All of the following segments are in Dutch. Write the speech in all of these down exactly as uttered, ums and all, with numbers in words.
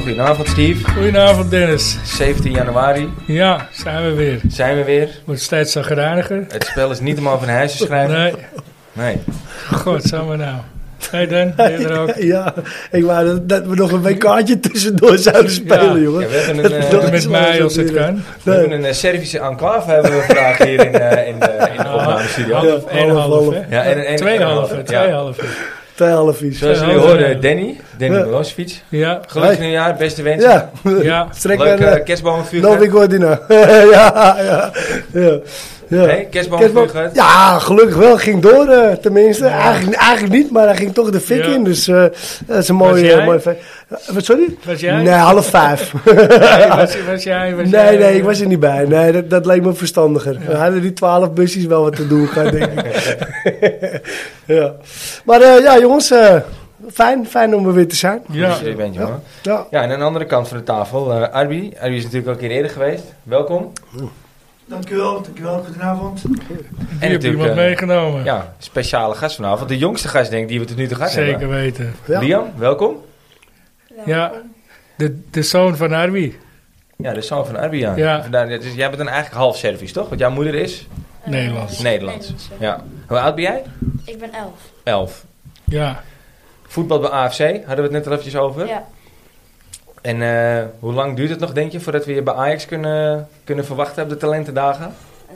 Goedenavond Steve. Goedenavond Dennis. zeventien januari. Ja, zijn we weer. Zijn we weer. Wordt steeds zagrijniger. Het spel is niet om over naar huis te schrijven. Nee. Nee. God, zo maar nou. Hé Dan, ben je er ook? Ja, ik wou dat, dat we nog een W K'tje tussendoor zouden spelen, Ja. jongen. Ja, we hebben een, uh, Tot en met mij als het kan. we hebben een uh, Servische enclave hebben we vandaag hier in, uh, in de, in de opnamestudio. Half, één half, half, half. hè? Ja, en, en, Twee en- halve, ja. twee halve. Twee halfies. Zoals jullie halve. horen, Danny. Danny Ja. Milosevic. Ja, Gelukkig Hey. nieuwjaar, beste wensen. Ja, ja. strek Leuke naar uh, de kerstbomenvuurgeluid. Novi Godina. ja, ja, ja. Ja. Hey, kerstbomenvuurgeluid. Ja, gelukkig wel. Ging door, uh, tenminste. Eigenlijk, eigenlijk niet, maar hij ging toch de fik Ja. in. Dus uh, dat is een Was mooie... jij? Uh, mooie fe- Uh, wat, sorry? Was jij? Nee, half vijf. Nee, was, was jij? Was nee, jij, nee, ik was er niet bij. Nee, dat, dat leek me verstandiger. We hadden die twaalf busjes wel wat te doen gehad, denk ik. ja. Maar uh, ja, jongens... Uh, Fijn, fijn om er weer te zijn. Ja. Dus je bent, jongen. Ja. Ja, en aan de andere kant van de tafel, uh, Arbi. Arbi is natuurlijk al een keer eerder geweest. Welkom. Dankjewel, dankjewel, goedenavond. Die heb iemand uh, meegenomen. Ja, speciale gast vanavond. De jongste gast, denk ik, die we tot nu toe gehad Zeker hebben. weten. Ja. Liam, welkom. Ja, de, de zoon van Arbi. Ja, de zoon van Arbi, ja. Ja. Vandaar, dus jij bent dan eigenlijk half Servisch, toch? Want jouw moeder is Uh, Nederlands. Nederlands. ja. Ja. Hoe oud ben jij? Ik ben elf. Elf. Ja, Voetbal bij A F C, hadden we het net al eventjes over. Ja. En uh, hoe lang duurt het nog, denk je, voordat we je bij Ajax kunnen, kunnen verwachten op de talentendagen? Uh,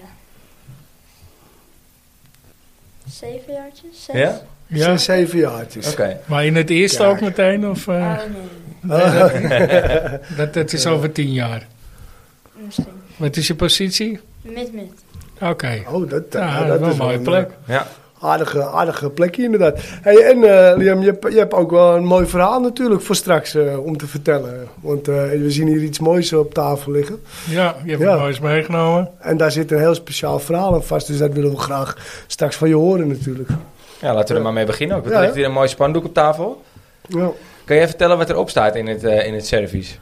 zeven jaartjes? Zes? Ja? ja. Zes, zeven jaartjes. Oké. Maar in het eerste Kijk. ook meteen? Of, uh, Oh nee, dat, dat is over tien jaar. misschien. Wat is je positie? Mid-mid. Oké. Oh, dat, Ja, dat, dat is wel een wel mooie plek. Ja. Aardige, aardige plekje inderdaad. Hey, en uh, Liam, je, hebt- je hebt ook wel een mooi verhaal natuurlijk voor straks uh, om te vertellen. Want uh, we zien hier iets moois op tafel liggen. Ja, je hebt Ja. het moois meegenomen. En daar zit een heel speciaal verhaal aan vast. Dus dat willen we graag straks van je horen natuurlijk. Ja, laten we er maar mee beginnen ook. Want Ja, er hè? ligt hier een mooi spandoek op tafel. Ja. Kan jij vertellen wat erop staat in het, uh, in het service?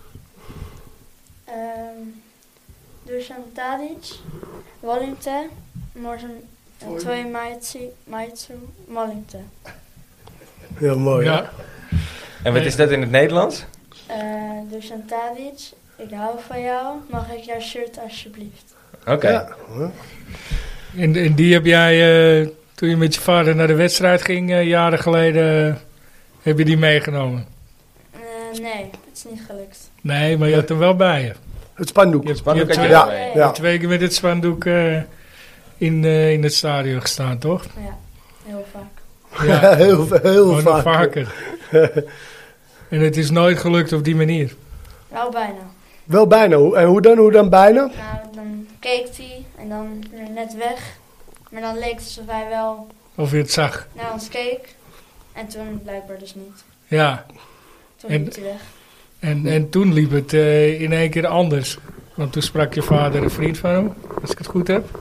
Um, Dusan Tadic, Wallington, Morsen, twee Maitsu, Wallington. Heel mooi. hè? Ja. En wat is dat in het Nederlands? Uh, Dusan Tadic, ik hou van jou. Mag ik jouw shirt alsjeblieft? Oké. Ja. Ja. En, en die heb jij, uh, toen je met je vader naar de wedstrijd ging, uh, jaren geleden, uh, heb je die meegenomen? Uh, nee, het is niet gelukt. Nee, maar je had hem wel bij je. Het spandoek. Je hebt, je Spandoek hebt had twee, je Ja, erbij. je ja. hebt twee keer met het spandoek uh, in, uh, in het stadion gestaan, toch? Ja, heel vaak. Ja, heel heel gewoon nog vaak. vaker. En het is nooit gelukt op die manier. Nou, bijna. Wel bijna. Hoe- En hoe dan? Hoe dan bijna? Nou, dan keek hij en dan weer net weg. Maar dan leek het alsof hij wel Of je het zag. naar ons keek. En toen blijkbaar dus niet. Ja, Toen En- liep hij weg. en, en toen liep het uh, in één keer anders. Want toen sprak je vader een vriend van hem, als ik het goed heb.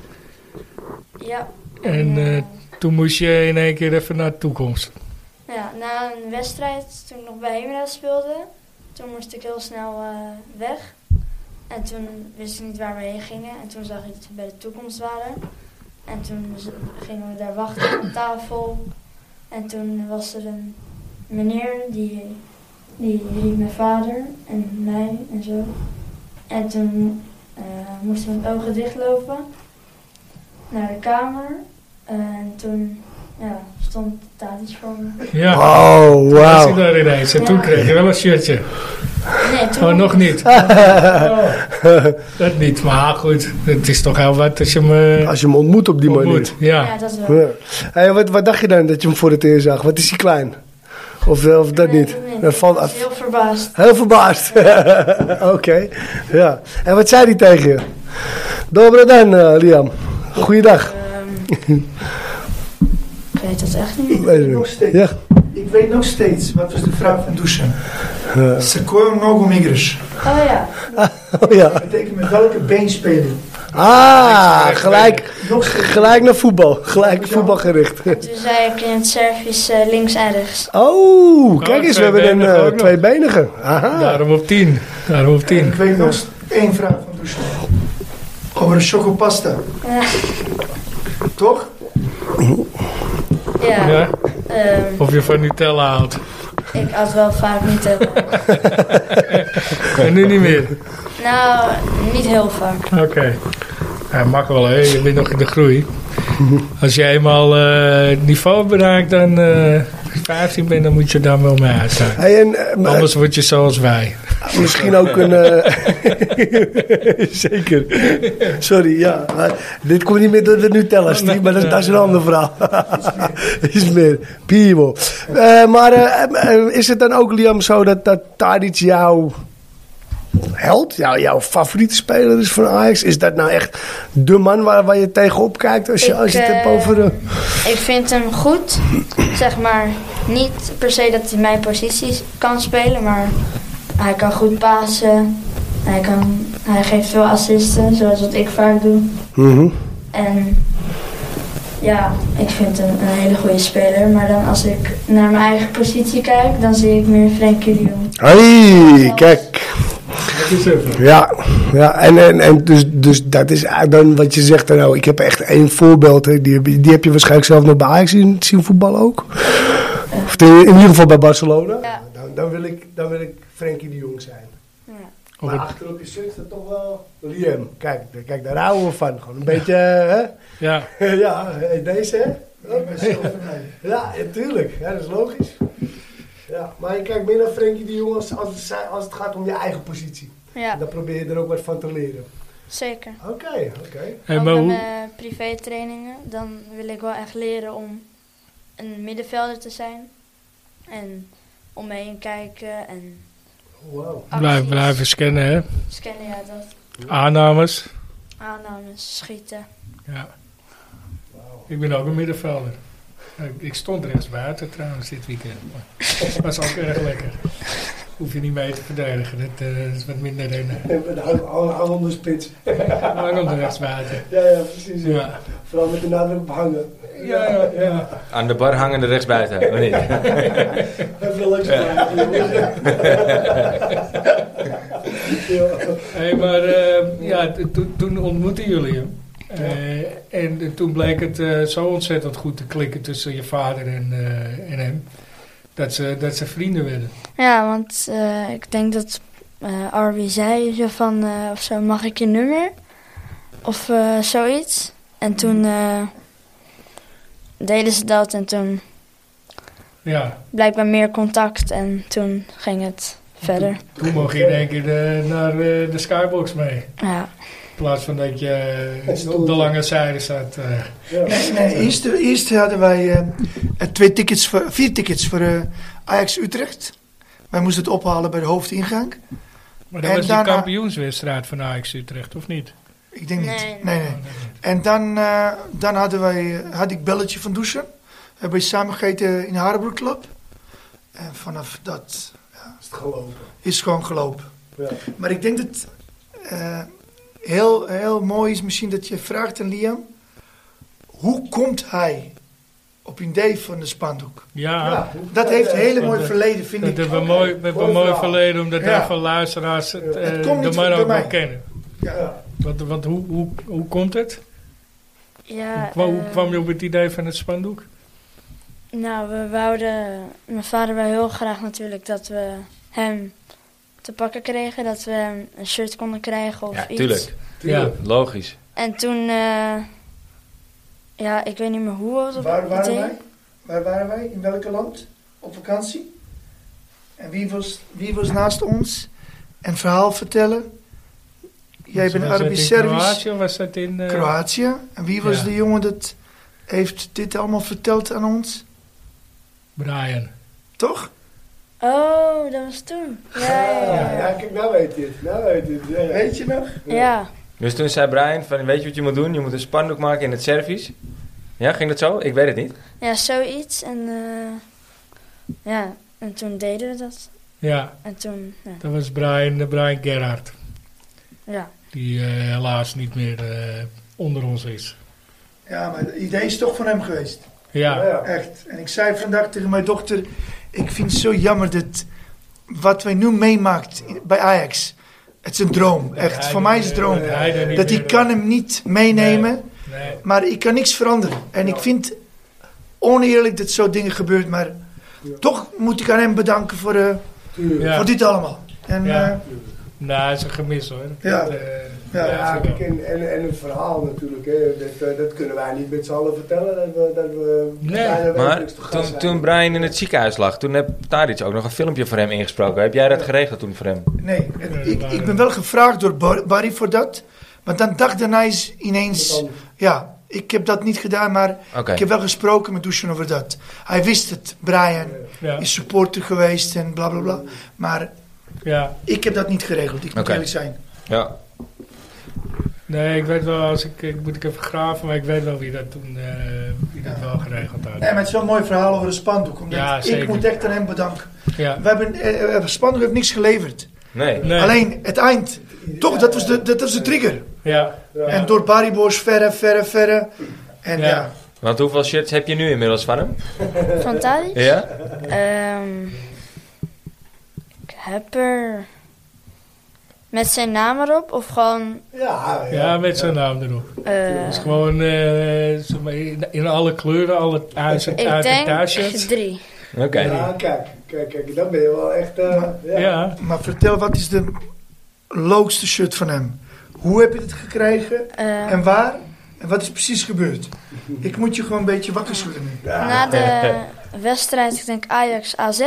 Ja. En eh, uh, toen moest je in één keer even naar de toekomst. ja, na een wedstrijd, toen ik nog bij Hemera speelde, toen moest ik heel snel eh, weg. En toen wist ik niet waar we heen gingen. En toen zag ik dat we bij de toekomst waren. En toen z- gingen we daar wachten aan tafel. En toen was er een meneer die, die riep mijn vader en mij en zo. En toen uh, moesten we met ogen dichtlopen naar de kamer. En toen ja, stond Tadic voor me. Ja, Oh, toen was hij wauw. daar ineens. En toen Ja. kreeg je wel een shirtje. Nee, toen Oh, nog niet. Oh, dat niet, maar goed. Het is toch heel wat als je hem uh, Als je hem ontmoet op die manier. ontmoet. Ja. Ja, dat wel. Ja. Hey, wat, wat dacht je dan dat je hem voor het eerst zag? Wat is hij klein? Of, of dat Nee, niet? niet. Dat valt Ik was af. heel verbaasd. Heel verbaasd. Oké. Ja. En wat zei hij tegen je? Dobro dan, uh, Liam. Goeiedag. Ehm, ik weet het echt niet. Weet je Nog niet. steeds. Ja. Ik weet nog steeds, wat was de vraag van Dusan? Ja. Se kojom nogom igraš? Oh ja. Oh ja. Dat betekent met welke been speel je? Ah, gelijk, Nog steeds. gelijk naar voetbal. Gelijk voetbalgericht. En toen zei ik in het Servisch uh, links en rechts. Oh, kijk eens, we hebben een tweebenige uh, ook nog. tweebenige. Aha. Daarom op tien. Daarom op En tien. ik weet nog st- één vraag van Dusan. Over de chocopasta. Ja. Toch? Ja. Ja? Ehm, Of je van Nutella houdt. Ik at wel vaak niet te lang. En nu niet meer? Nou, niet heel vaak. Oké. Okay. Ja, mag wel, hè? Je bent nog in de groei. Als je eenmaal uh, het niveau bereikt, dan uh, vijftien bent, dan moet je daar wel mee uit zijn. Hey, en, uh, maar, Anders word je zoals wij. Misschien ook een... Uh, zeker. Sorry, ja. Maar dit komt niet meer door de Nutella, Steve, maar dat, dat is een ander verhaal. Is meer. Piemel. Uh, maar uh, is het dan ook, Liam, zo dat, dat Tadic jouw held, jou, jouw favoriete speler is van Ajax? Is dat nou echt de man waar, waar je tegenop kijkt als je, ik, als je het uh, hebt over... Uh... Ik vind hem goed. Zeg maar, niet per se dat hij mijn posities kan spelen, maar hij kan goed pasen. Hij, kan, hij geeft veel assisten, zoals wat ik vaak doe. Mm-hmm. En ja, ik vind hem een hele goede speler. Maar dan als ik naar mijn eigen positie kijk, dan zie ik meer Frenkie de Jong. Hey, kijk. Ja, ja en, en, en dus, dus dat is eigenlijk dan wat je zegt. Nou, ik heb echt één voorbeeld. Hè, die, die heb je waarschijnlijk zelf nog bij Ajax zien, zien voetballen ook. Of in, in ieder geval bij Barcelona. Ja. Dan, dan, wil ik, dan wil ik Frenkie de Jong zijn. Ja. Maar het... achterop je shirt staat toch wel Liam. Kijk, kijk, daar houden we van. Gewoon een beetje, hè? Ja. Ja, deze, hè? Ja, natuurlijk. Ja, dat is logisch. Ja, maar je kijkt meer naar Frenkie de Jong als, als, het, als het gaat om je eigen positie. Ja. En dan probeer je er ook wat van te leren. Zeker. Oké, okay, oké. Okay. Hey, ook maar in hoe... uh, privé-trainingen, dan wil ik wel echt leren om een middenvelder te zijn. En om me heen kijken en wow. Blijf, blijven scannen, hè? Scannen, ja, dat. Aannames. Aannames, schieten. Ja. Wow. Ik ben ook een middenvelder. Ik, ik stond rechts buiten trouwens dit weekend. Dat was ook erg lekker. Hoef je niet mee te verdedigen. Dat, uh, dat is wat minder rennen. Hang om de spits. Hang om de rechts buiten. Ja, ja, precies. Ja. Ja. Vooral met de nadruk op hangen. Ja, ja, ja. Aan de bar hangende rechtsbuiten, of niet? Even langs ja. Hey, maar uh, ja, to, toen ontmoetten jullie hem. Uh, en toen bleek het uh, zo ontzettend goed te klikken tussen je vader en, uh, en hem. Dat ze, dat ze vrienden werden. Ja, want uh, ik denk dat uh, Arby zei zo van, uh, of zo, mag ik je nummer? Of uh, zoiets. En toen uh, deden ze dat en toen ja. blijkbaar meer contact en toen ging het verder. Toen, toen mocht je in één keer de, naar uh, de skybox mee. Ja. In plaats van dat je uh, op de lange zijde zat. Uh. Ja. Nee, nee, eerst, eerst hadden wij uh, twee tickets voor, vier tickets voor uh, Ajax Utrecht. Wij moesten het ophalen bij de hoofdingang. Maar dat en was de daarna... kampioenswedstrijd van Ajax Utrecht, of niet? Ik denk niet. Nee, nee, nee. nee. En dan, uh, dan hadden wij, had ik Belletje van Douchen. We hebben samen gegeten in de Harbor Club. En vanaf dat ja, is het gelopen. Is gewoon gelopen. Ja. Maar ik denk dat uh, heel, heel mooi is misschien dat je vraagt aan Liam. Hoe komt hij op een idee van de spandoek? Ja. ja. Dat heeft een hele mooi verleden, vind dat ik. Dat hebben we mooi, we hebben een mooi verleden, omdat ja. heel veel luisteraars het, ja. uh, het komt de man ook wel kennen. Ja. Want, want hoe, hoe, hoe komt het? Ja, hoe, kwam, uh, hoe kwam je op het idee van het spandoek? Nou, we wouden... Mijn vader wou heel graag natuurlijk dat we hem te pakken kregen. Dat we hem een shirt konden krijgen of ja, iets. Tuurlijk. tuurlijk. Ja, logisch. En toen... Uh, ja, ik weet niet meer hoe het op Waar waren wij? Waar waren wij? In welk land? Op vakantie? En wie was, wie was naast ons? En verhaal vertellen? Jij bent Arabisch Service. Kroatië was dat in... Uh... Kroatië. En wie was ja. de jongen dat heeft dit allemaal verteld aan ons? Brian. Toch? Oh, dat was toen. Ja, ja, ja. ja, ja kijk, nou weet je het. Nou weet je het. Ja, ja. Weet je nog? Ja. ja. Dus toen zei Brian van, weet je wat je moet doen? Je moet een spandoek maken in het service. Ja, ging dat zo? Ik weet het niet. Ja, zoiets. En uh, ja, en toen deden we dat. Ja. En toen... Ja. Dat was Brian, uh, Brian Gerhard. Ja. Die uh, helaas niet meer uh, onder ons is. Ja, maar het idee is toch van hem geweest. Ja. ja. Echt. En ik zei vandaag tegen mijn dochter... Ik vind het zo jammer dat... Wat wij nu meemaakt bij Ajax... Het is een droom. Echt. Hij voor mij is het een droom. Uh, dat ik kan hem niet meenemen... Nee. Nee. Maar ik kan niks veranderen. En ja. ik vind oneerlijk dat zo dingen gebeuren. Maar toch moet ik aan hem bedanken voor, uh, Ja. voor dit allemaal. En, Ja. uh, Nou, dat is een gemis hoor. Ja. Dat, uh, Ja, ja, Ja, wel. kijk, en, en, en het verhaal natuurlijk, hè. Dat, uh, dat kunnen wij niet met z'n allen vertellen. Dat we, dat we Nee. bijna Maar wekelijks te gast toen, zijn. toen Brian in het ziekenhuis lag, toen heb Tadic ook nog een filmpje voor hem ingesproken. Heb jij dat geregeld toen voor hem? nee, ik, ik ben wel gevraagd door Bar- Barry voor dat. Maar dan dag daarna is ineens... Ja, ik heb dat niet gedaan, maar Oké. ik heb wel gesproken met Dusan over dat. Hij wist het, Brian Ja. is supporter geweest en bla bla bla. Maar Ja. ik heb dat niet geregeld, ik moet Oké. eerlijk zijn. Ja. Nee, ik weet wel, als ik, ik moet ik even graven, maar ik weet wel wie dat toen uh, wie dat wel geregeld had. Nee, maar het is wel een mooi verhaal over de spandoek. Omdat Ja, ik zeker. moet echt aan hem bedanken. Ja. We hebben, eh, eh, spandoek heeft niks geleverd. Nee. Nee. Alleen het eind. Toch, dat was de, dat was de trigger. Ja. Ja. En door Barry Bosch verre, verre, verre. En Ja. ja. Want hoeveel shirts heb je nu inmiddels van hem? Van Tadic? Ja? Ehm, ik heb er... Met zijn naam erop of gewoon... Ja, ja. Ja, met zijn naam erop. eh, Het is gewoon uh, zeg maar, in, in alle kleuren, alle uit en ik uit en denk thuisshirts. drie. Oké. Ja, kijk, kijk, kijk, dan ben je wel echt... uh, ja. Ja. Maar vertel, wat is de leukste shirt van hem? Hoe heb je het gekregen? Eh, En waar? En wat is precies gebeurd? Ik moet je gewoon een beetje wakker schudden nu. Na de wedstrijd, ik denk Ajax A Z.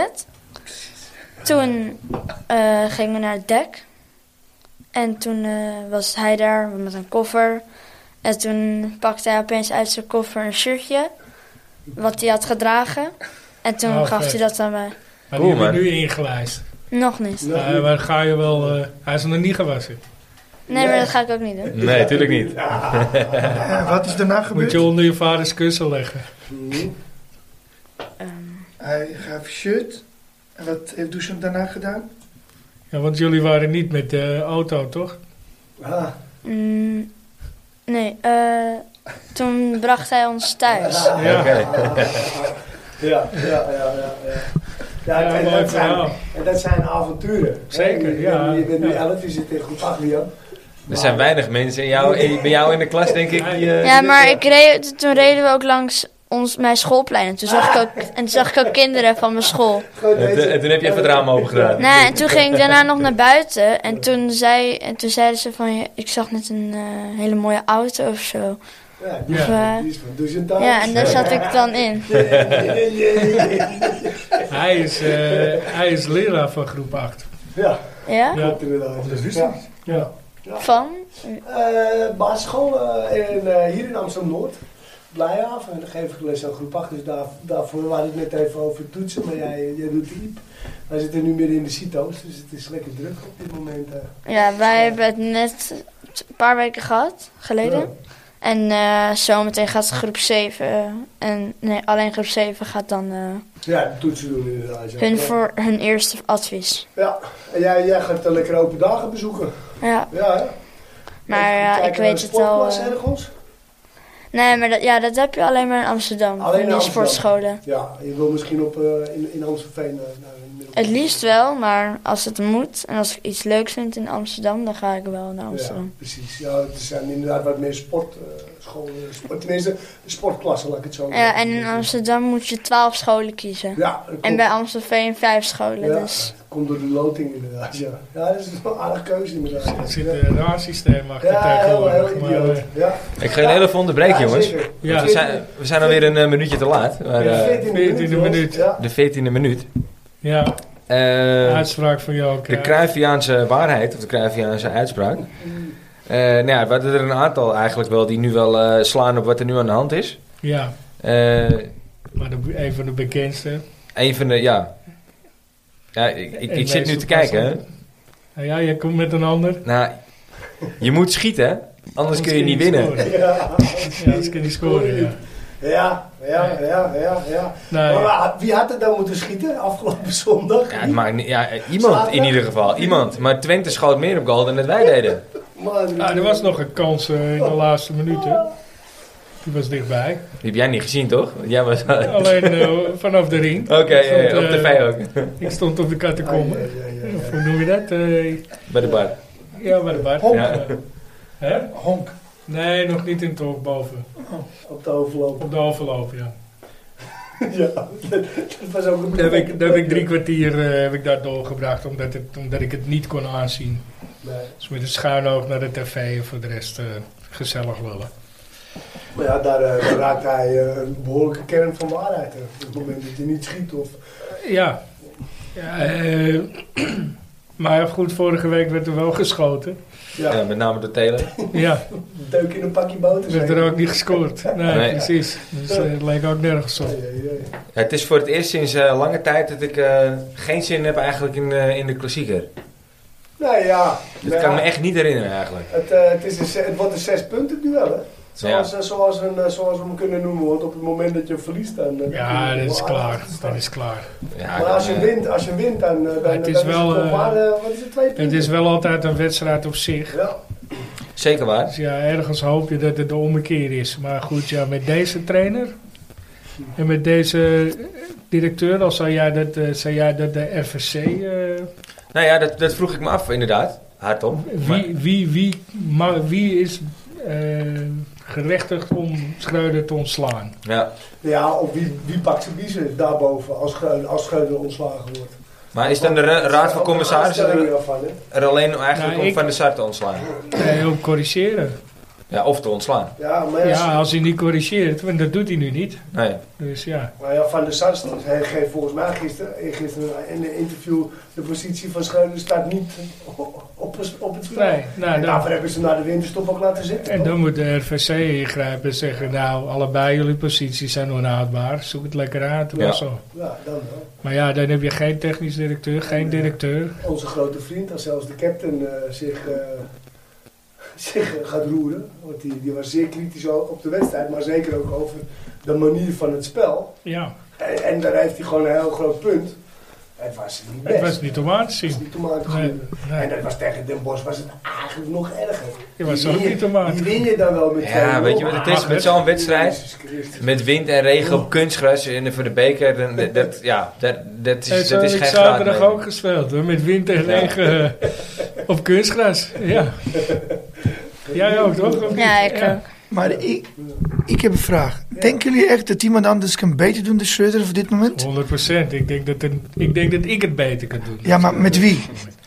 Toen eh, gingen we naar het dek. En toen eh, was hij daar met een koffer. En toen pakte hij opeens uit zijn koffer een shirtje. Wat hij had gedragen. En toen Oh, gaf vet. hij dat aan mij. Maar Cool, die heb je man. nu ingelijst. Nog niet. Nog Uh, niet. maar ga je wel... Uh, hij is nog niet gewassen. Nee, maar dat ga ik ook niet doen. Nee, tuurlijk niet. En wat is daarna Moet gebeurd? je onder je vaders kussen leggen. Mhm. Ehm, Hij gaf shirt. En wat heeft Dusan daarna gedaan? Ja, want jullie waren niet met de auto, toch? Ah, mm, nee, eh, toen bracht hij ons thuis. Ja. Oké. ja, ja, ja, ja. ja. Ja, Ja, en, mooi dat zijn, verhaal. en dat zijn avonturen. Zeker, Hè? Je, ja. bent- je bent nu Ja. elf, je zit in groep acht, Liam. Er zijn weinig mensen in jou, in- bij jou in de klas, denk ik. Die, eh, Ja, maar ik reed, toen reden we ook langs ons, mijn schoolplein. En toen zag ik ook, en toen zag ik ook kinderen van mijn school. Gewoon En, deze- toen- en toen heb je even het raam open gedaan. Nee, en toen ging ik daarna nog naar buiten. En toen, zei, en toen zeiden ze van, ja, ik zag net een eh, hele mooie auto of zo. Ja, die, Of, eh, die is van Dusan thuis. ja, en daar zat ik dan in. Hij is, uh, hij is leraar van groep acht. Ja, Ja? Ja. klopt inderdaad. Dat wist Ja. Ja. Van? Eh, basisschool eh, in, eh, hier in Amsterdam-Noord. Blijhaven. En dan geef ik les aan groep acht. Dus daar, daarvoor had ik het net even over toetsen. Maar jij, jij doet diep. Wij zitten nu midden in de CITO's. Dus het is lekker druk op dit moment. eh. Ja, wij hebben het net een paar weken gehad, geleden. Ja. En eh zometeen gaat groep zeven. En nee, alleen groep zeven gaat dan eh, Ja, toetsen doen inderdaad. Ja. hun voor hun eerste advies. Ja, en jij, jij gaat uh, lekker open dagen bezoeken. Ja, Ja, hè? maar ja, Kijken ik naar weet de het al. sportklas eh, ergens? nee, maar dat, ja, dat heb je alleen maar in Amsterdam. Alleen in in die Amsterdam. sportscholen. Ja, je wil misschien op, uh, in, in Amstelveen uh, naar een middelbare Het liefst wel, maar als het moet en als ik iets leuks vind in Amsterdam, dan ga ik wel naar Amsterdam. Ja, precies. Ja, er zijn inderdaad wat meer sportscholen. Uh, sport, tenminste, de sportklassen, laat ik het zo Ja, zeggen. en in Amsterdam moet je twaalf scholen kiezen. Ja, dat En komt, bij Amstelveen vijf scholen, ja, dus... dat komt door de loting inderdaad, ja. Ja, dat is wel een aardige keuze inderdaad. Er zit een raar systeem achter Ja, heel, heel tegenwoordig. Maar, idioot. eh, Ja. Ik ga je heel even onderbreken, Ja, jongens. zeker. Ja. We zijn, we zijn alweer een eh, minuutje te laat. Maar, Ja. eh, veertiende minuut. Ja. de veertiende minuut. ja, Eh, uitspraak van jou. de Krijg. Cruyffiaanse waarheid, of de Cruyffiaanse uitspraak. Eh nou ja, we hadden er een aantal eigenlijk wel die nu wel eh, slaan op wat er nu aan de hand is. Ja, Eh maar de, een van de bekendste. een van de, ja... Ja, ik, ik, En ik zit nu meest te kijken, hè. toepasselijk. Nou ja, je komt met een ander. Nou, je moet schieten, hè. Anders kun je niet winnen. scoren. Ja. Ja, anders kun je niet scoren, ja. Ja, ja, ja, ja, ja. Nou, Maar ja. wa- wie had het dan moeten schieten afgelopen zondag? Ja, het maakt niet, ja, iemand in ieder geval. Iemand. Maar Twente schoot meer op goal dan dat wij deden. Man, Nou, er was nog een kans eh, in de laatste minuten. Die was dichtbij. Die heb jij niet gezien, toch? Jij was... Oké, Alleen eh, vanaf de ring. ja, ja, Ik stond, op eh, tv ook. Ik stond op de Ah, ja, catacombe. ja, ja, ja. Of hoe noem je dat? Eh, Bij de bar. ja, bij de bar. Honk. Ja. Hè? Honk. Nee, nog niet in het hok boven. Op de overloop. Op de overloop, ja. Ja, dat was ook een Daar heb ik, daar heb ik drie kwartier uh, heb ik daar doorgebracht, omdat, het, omdat ik het niet kon aanzien. Nee. Dus met een schuin oog naar de tv en voor de rest uh, gezellig lullen. Maar ja, daar, uh, daar raakt hij uh, een behoorlijke kern van waarheid. Hè. Op het moment dat je niet schiet of... Ja. ja uh, maar goed, vorige week werd er wel geschoten. Ja, ja met name door Taylor. Ja. Deuk in een pakje boter. Werd er ook niet gescoord. Nee, nee. precies. Dus uh, het leek ook nergens op. Ja, ja, ja. Ja, het is voor het eerst sinds uh, lange tijd dat ik uh, geen zin heb eigenlijk in, uh, in de klassieker. Nee, ja. Dat nee, kan ja. me echt niet herinneren eigenlijk. Het, uh, het, is een, het wordt een zes punten duel, hè? Zoals, ja. uh, zoals, een, uh, zoals we hem kunnen noemen, want op het moment dat je verliest dan... Uh, ja, dat is klaar. Dat is klaar. Ja, maar als je wint, als je wint dan, uh, dan, het is dan wel, is het, uh, waar, uh, wat is het, twee punten? Het is wel altijd een wedstrijd op zich. Ja. Zeker waar. Dus ja, ergens hoop je dat het de ommekeer is. Maar goed, ja, met deze trainer en met deze directeur, dan zou jij dat, uh, zou jij dat de R V C... Uh, nou ja, dat, dat vroeg ik me af inderdaad. Hardop. Wie, wie, wie, maar wie is uh, gerechtigd om Schreuder te ontslaan? Ja. Ja, of wie, wie pakt zijn biezen daarboven als Schreuder, als Schreuder ontslagen wordt? Maar is dan de ra- raad van commissarissen er, er alleen eigenlijk nou, om ik, Van der Sar te ontslaan? Nee, om corrigeren. Ja, of te ontslaan. Ja, maar ja, als, als hij niet corrigeert, want dat doet hij nu niet. Nee. Dus ja. Maar ja, Van der Sar geeft volgens mij gisteren, gisteren in een interview de positie van Schreuder staat niet op, op, op het spel. Nee, nou, en dan, daarvoor hebben ze naar de winterstop ook laten zitten. En toch? dan moet de R V C ingrijpen en zeggen, nou, allebei jullie posities zijn onhoudbaar. Zoek het lekker uit. Ja. Zo. Ja, dan wel. Maar ja, dan heb je geen technisch directeur, geen directeur. Onze grote vriend, als zelfs de captain uh, zich... Uh, zich gaat roeren. Want die, die was zeer kritisch op de wedstrijd, maar zeker ook over de manier van het spel. Ja. En, en daar heeft hij gewoon een heel groot punt. Het was niet best. Het was niet om aan te zien. Het was niet om aan te zien. Nee, nee. En dat was tegen Den Bosch was het eigenlijk nog erger. Het was Die ook win je- niet om aan te Die win je dan wel met twee Ja, nul. weet je wat het is met zo'n wedstrijd? Met wind en regen op kunstgras en voor de beker, dan, dat, dat, ja, dat, dat is, En zo dat is heb geen ik zaterdag graad. ook gespeeld, hoor, met wind en regen uh, op kunstgras. Ja. Jij ook, toch? Of niet? Ja, ik ook. Maar ik, ik heb een vraag. Denken jullie echt dat iemand anders kan beter doen dan Schreuder op dit moment? honderd procent. Ik denk dat, een, ik denk dat ik het beter kan doen. Ja, maar met wie?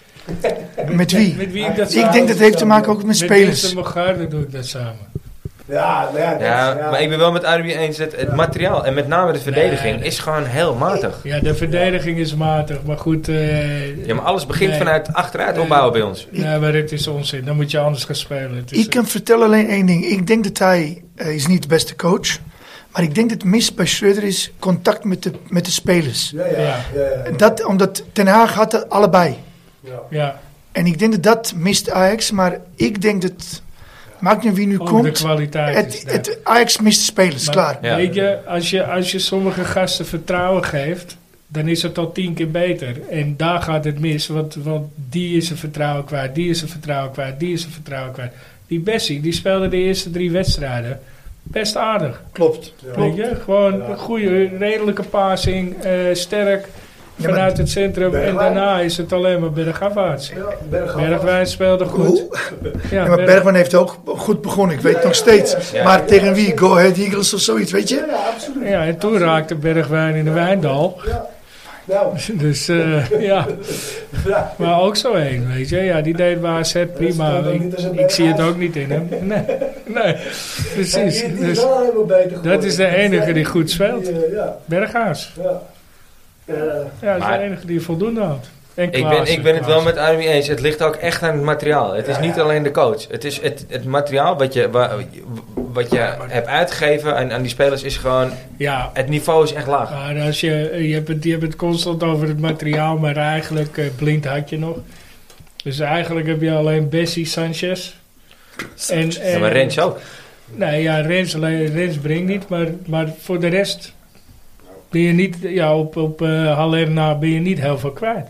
Met wie? Met wie ik dat Ik samen- denk dat het heeft te maken ook met Met spelers. Vincent Bogarde doe ik dat samen. Ja, nou ja, dat, Ja, ja. maar ik ben wel met Arby eens dat het materiaal en met name de verdediging Nee. is gewoon heel matig. Ja, de verdediging is matig, maar goed... Uh, Ja, maar alles begint Nee. vanuit achteruit Nee. opbouwen bij ons. Nee, maar het is onzin. Dan moet je anders gaan spelen. Het is, Ik kan vertellen alleen één ding. Ik denk dat hij uh, is niet de beste coach. Maar ik denk dat het mis bij Schreuder is contact met de, met de spelers. Ja, ja, Ja. ja, ja. Dat, omdat Ten Haag had er allebei. Ja. ja, En ik denk dat dat mist Ajax. Maar ik denk dat... Maakt niet wie nu ook de komt. kwaliteit is Het, daar. het, Ajax mist spelers, Maar klaar. Ja. Weet je als, je, als je sommige gasten vertrouwen geeft, dan is het al tien keer beter. En daar gaat het mis, want, want die is zijn vertrouwen kwijt, die is zijn vertrouwen kwijt, die is zijn vertrouwen kwijt. Die Bessie, die speelde de eerste drie wedstrijden best aardig. Klopt. Weet je? Gewoon Ja. een goede, redelijke passing, eh, sterk Ja, maar vanuit het centrum. En Bergwijn. daarna is het alleen maar bergafwaarts. Ja, Bergkamp. Bergwijn speelde goed. Hoe? Ja, Ja, maar Berg- Bergman heeft ook goed begonnen. Ik weet het nog steeds. Ja. Maar tegen wie? Go Ahead Eagles of zoiets, weet Ja, je? ja, absoluut. ja, en toen raakte Bergwijn in de Wijndal. Ja. Nou, Dus eh, ja, ja. maar ook zo één, weet je. Ja, die deed bij A Z prima. Dat is toch Ik, niet als een ik zie het Berghuis? ook niet in hem. Nee, nee precies. Ja, die- die is Dus wel helemaal beter geworden. dat is de enige die goed speelt. Die, eh, Ja, Berghuis. ja. Ja. Ja, dat is Maar- de enige die voldoende had. En Ik ben, Klaassen, ik ben het wel Klaassen. met Arby eens. Het ligt ook echt aan het materiaal. Het is Ja, niet ja. alleen de coach. Het is het, het materiaal wat je, wa- wat je hebt uitgegeven aan, aan die spelers is gewoon... Ja, Het niveau is echt laag. maar als je, je, hebt het, je hebt het constant over het materiaal, maar eigenlijk eh, Blind had je nog. Dus eigenlijk heb je alleen Bessie, Sanchez. En, en, Ja, maar Rens ook. Nee, ja, Rens, alleen- Rens brengt niet, maar, maar voor de rest ben je niet, ja, op, op uh, Haller na ben je niet heel veel kwijt.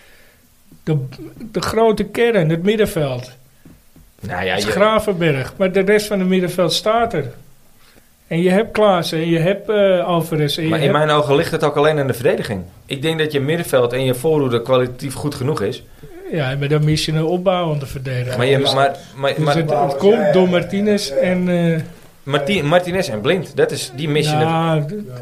De, de grote kern, het middenveld, Nou ja, is je, Gravenberg, maar de rest van het middenveld staat er. En je hebt Klaassen en je hebt uh, Alvarez. En je maar in hebt, mijn ogen ligt het ook alleen aan de verdediging. Ik denk dat je middenveld en je voorhoede kwalitatief goed genoeg is. ja, maar dan mis je een opbouwende verdediger. Maar, je, Dus- maar, maar, dus maar het, maar- het komt ja, ja, door ja. Martinez Ja, ja. en... Uh, Marti- Martinez en Blind, dat is, die mis je. nou, net. d- Ja.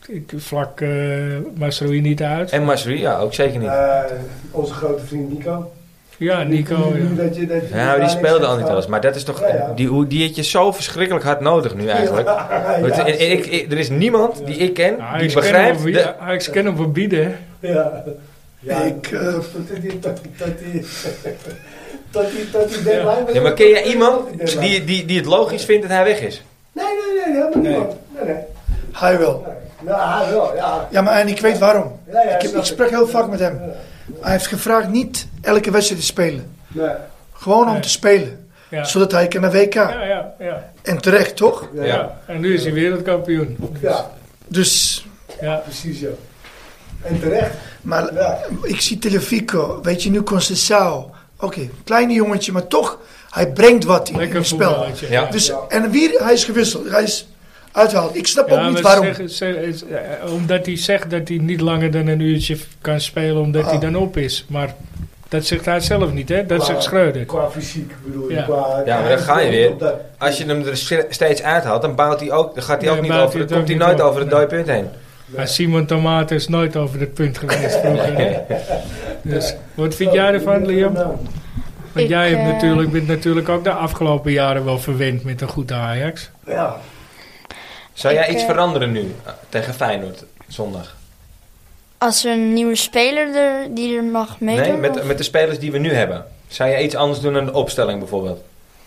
Ik vlak uh, Masroei niet uit. En Masri, ja, ook zeker niet. Uh, onze grote vriend Nico. Ja, Nico. Nu, nu, Ja, dat je, dat je ja, maar die speelde al niet alles. Maar dat is toch... Ja, ja. Die, hoe- die heeft je zo verschrikkelijk hard nodig nu eigenlijk. Ja, Want, ja, en- en ik, ik- er is niemand die ik ken, ja, die ik begrijpt... Ken de- hem, Ajax kan hem verbieden. ja. Ja, Ik, ik, eh, tot die, tot die, tot die, tot die, tot die deadline. ja, maar ken jij iemand die, die, die het logisch vindt dat hij weg is? Nee, nee, nee, helemaal niemand. Nee, nee. hij wel. Nee. Nou, hij wel, ja. Ja, maar en ik weet waarom. Ja, ja, Ik, heb, snap ik spreek heel vaak met hem. Hij heeft gevraagd niet elke wedstrijd te spelen. Nee. Gewoon om Nee. te spelen. Ja. Zodat hij kan naar W K. Ja, ja, ja. En terecht, toch? Ja, ja. En nu is hij wereldkampioen. ja, Dus, Ja. precies, ja. En terecht. maar Ja. ik zie Telefico, weet je, nu Conceição. Oké, kleine jongetje, maar toch, hij brengt wat in, in Lekker het spel. voetballetje. Ja. Dus, Ja. en weer, hij is gewisseld. Hij is uitgehaald. Ik snap ook Ja, niet maar waarom. zeg- zeg- is- eh, omdat hij zegt dat hij niet langer dan een uurtje kan spelen omdat Ah. hij dan op is. Maar dat zegt hij zelf niet, hè? Dat Qua- zegt Schreuder. Qua fysiek bedoel je. Ja. Qua, Ja, maar dan ga je weer. Op dat- Als je hem er ste- steeds uithaalt, dan, bouwt hij ook, dan gaat hij Nee, ook niet bouwt over, hij dan het komt ook hij niet nooit op. over het Nee. dode punt heen. Maar Simon Tomaat is nooit over het punt geweest vroeger. hè? Dus wat vind jij ervan, Liam? Nou, Want Ik, jij hebt eh, natuurlijk, bent natuurlijk ook de afgelopen jaren wel verwend met een goed Ajax. Ja. Zou jij Ik, iets eh, veranderen nu eh, tegen Feyenoord zondag? Als er een nieuwe speler er, die er mag meedoen? Nee, met, of- met de spelers die we nu hebben. Zou jij iets anders doen dan de opstelling bijvoorbeeld?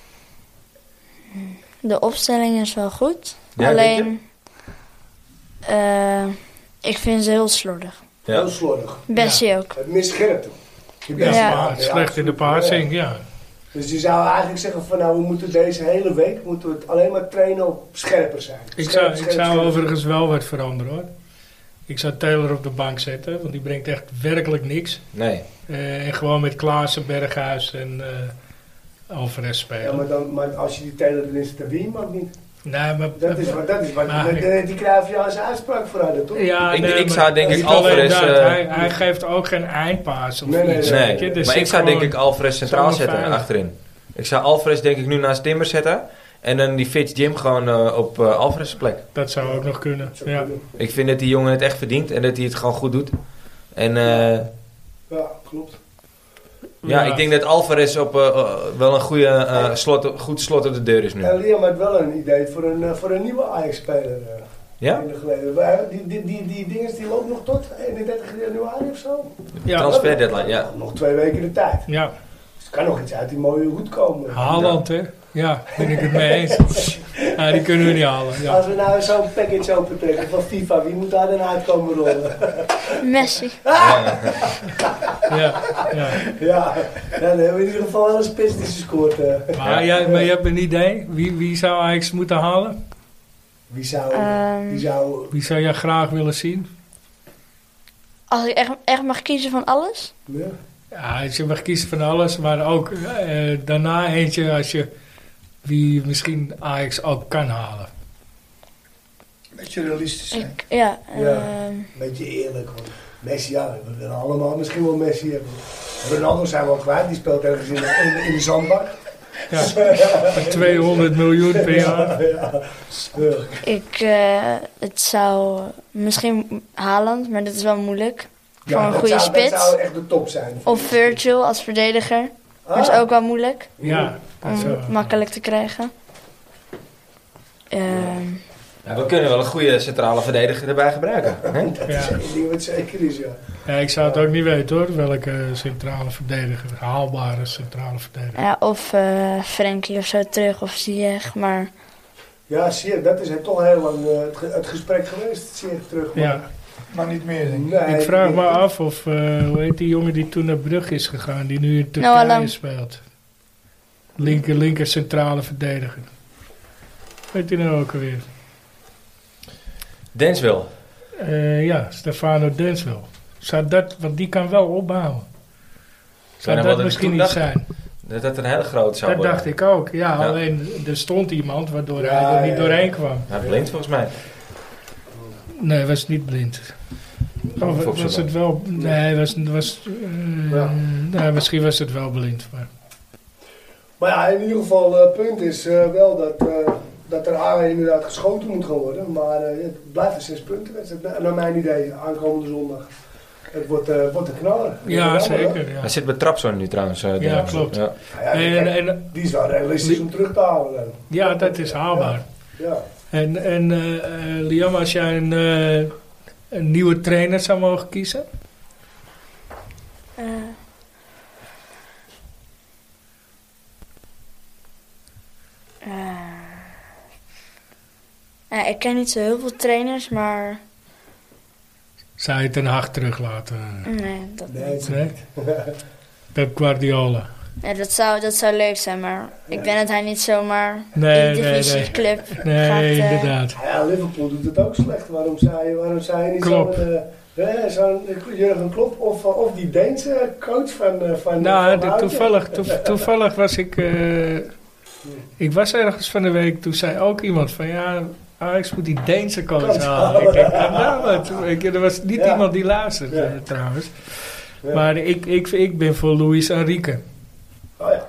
De opstelling is wel goed. Ja, Alleen, eh, ik vind ze heel slordig. Ja. Heel slordig. Bessie ook. Het mist scherpte. Je Ja, best Ja. maken, ja, slecht in de absoluut. passing, ja. Dus je zou eigenlijk zeggen van nou, we moeten deze hele week moeten we het alleen maar trainen op scherper zijn. Ik Scherp, zou, ik scherp, zou scherp. overigens wel wat veranderen hoor. Ik zou Taylor op de bank zetten, want die brengt echt werkelijk niks. Nee. Eh, en gewoon met Klaassen, Berghuis en eh Alvarez spelen. Ja, maar, dan, maar als je die Taylor erin zit, dan win je hem ook niet. nee, maar, Dat is wat, dat is wat Maar- met, eh, die Cruyffiaanse uitspraak voor hadden, toch? ja, Ik- nee, ik maar zou denk ik niet alleen Alvarez, dat, eh, hij, hij geeft ook geen eindpaas of Nee, nee, iets. nee. weet je. Nee, Dus maar zit ik zou denk gewoon- ik Alvarez centraal zomaar zetten veilig. achterin. Ik zou Alvarez denk ik nu naast Timber zetten. En dan die Fitz Jim gewoon eh, op uh, Alvarez' plek. Dat zou ook nog kunnen. Zo Ja. kunnen. Ik vind dat die jongen het echt verdient en dat hij het gewoon goed doet. En eh, Ja, klopt. ja, ik denk dat Alvarez op eh, eh, wel een goede, eh, slot, goed slot op de deur is nu. En Liam had wel een idee voor een, eh, voor een nieuwe Ajax-speler. eh, Ja? in de geleden. Wij- Die, die, die, die dinges die loopt nog tot eenendertig januari of zo. Ja. Transfer deadline, ja. Nog twee weken de tijd. Ja, Dus er kan nog iets uit die mooie hoed komen. Haaland hè. Ja, ben ik het mee eens. Ja, die kunnen we niet halen. Ja. Als we nou zo'n package opentrekken van FIFA, wie moet daar dan uitkomen rollen? Messi. Ja, ja. Ja, dan hebben we in ieder geval wel een spits die ze scoort. eh. Maar, jij, maar je hebt een idee? Wie, wie zou Ajax moeten halen? Wie zou... Ehm, Wie zou... Wie zou jij graag willen zien? Als ik echt, echt mag kiezen van alles? Ja. Ja, als je mag kiezen van alles, maar ook eh, daarna eentje als je wie misschien Ajax ook kan halen. Beetje realistisch zijn. Ik, ja, Ja. ehm, Beetje eerlijk, want Messi, ja, we willen allemaal misschien wel Messi hebben. Ronaldo zijn we al kwijt, die speelt ergens in de, in, in de zandbak. Ja, tweehonderd miljoen per jaar. Ja, ja. ik, eh, het zou misschien Haaland, maar dat is wel moeilijk. Voor een dat goede zou, Dat spits. zou echt de top zijn. Of Virgil als verdediger. Dat is Ah. ook wel moeilijk Ja, dat om zou- makkelijk te krijgen. Ehm, Ja, we kunnen wel een goede centrale verdediger erbij gebruiken. Hè? Dat Ja. is één ding wat zeker is, ja. ja, ik zou het ook niet weten hoor, welke centrale verdediger, haalbare centrale verdediger. ja, of eh Frenkie of zo terug, of Ziyech. Maar Ja, zie je, dat is het toch heel lang eh, het, ge- het gesprek geweest, zie je terug. maar- Ja, Maar niet meer, denk ik. Nee, ik vraag me ik- af of, eh, hoe heet die jongen die toen naar Brugge is gegaan, die nu in Noah Turkije Lang. speelt. Linker, linker centrale verdediger. Weet je nou ook alweer? Denswil. Eh, ja, Stefano Denswil. Zou dat, want die kan wel opbouwen. Zou Ja, dat wat ik misschien toen niet dacht, zijn? Dat dat een hele grote zou Dat worden. dacht ik ook. Ja, Ja. alleen er stond iemand waardoor Ja, hij er niet ja, ja. doorheen kwam. Ja, blind volgens mij. Nee, hij was niet blind. Kan Of ik was opzoeken. het wel... Nee, hij was... was eh, Ja. nee, misschien was het wel blind. Maar. Maar ja, in ieder geval, het punt is eh, wel dat, eh, dat dat er aan inderdaad geschoten moet gaan worden. Maar uh, het blijft een zes punten wedstrijd. Naar mijn idee, aankomende zondag. Het wordt, uh, wordt een knaller. Ja, wel, zeker. Ja. Ja. Hij zit bij Trabzon nu trouwens. Uh, Ja, de- klopt. Ja. Ja, die, En, en, die is wel realistisch om terug te halen. Dan. ja, dat is haalbaar. Ja. En, en uh, uh, Liam, als jij een, uh, een nieuwe trainer zou mogen kiezen? Eh. Eh. Ja, ik ken niet zo heel veel trainers, maar Zou je Ten Hag teruglaten? nee, dat Nee, niet. Nee? Pep Guardiola. Ja, dat, zou, dat zou leuk zijn, maar ik ben het hij niet zomaar Nee, in de nee, nee. divisieclub Nee, gaat, eh, inderdaad. Ja, Liverpool doet het ook slecht. Waarom zei je, waarom zei je niet Klopp. zo'n uh, zo Jurgen Klopp of, of die Deense coach van, uh, van Nou, van de- Houtje? toevallig, toe- toevallig was ik... eh, ik was ergens van de week, toen zei ook iemand van... ja, Ajax moet die Deense coach Coach halen. halen. Ik denk, nou, nou wat. Ik, er was niet Ja. iemand die luisterde, Ja. eh, trouwens. Ja. Maar ik, ik, ik ben voor Luis Enrique. Oh ja.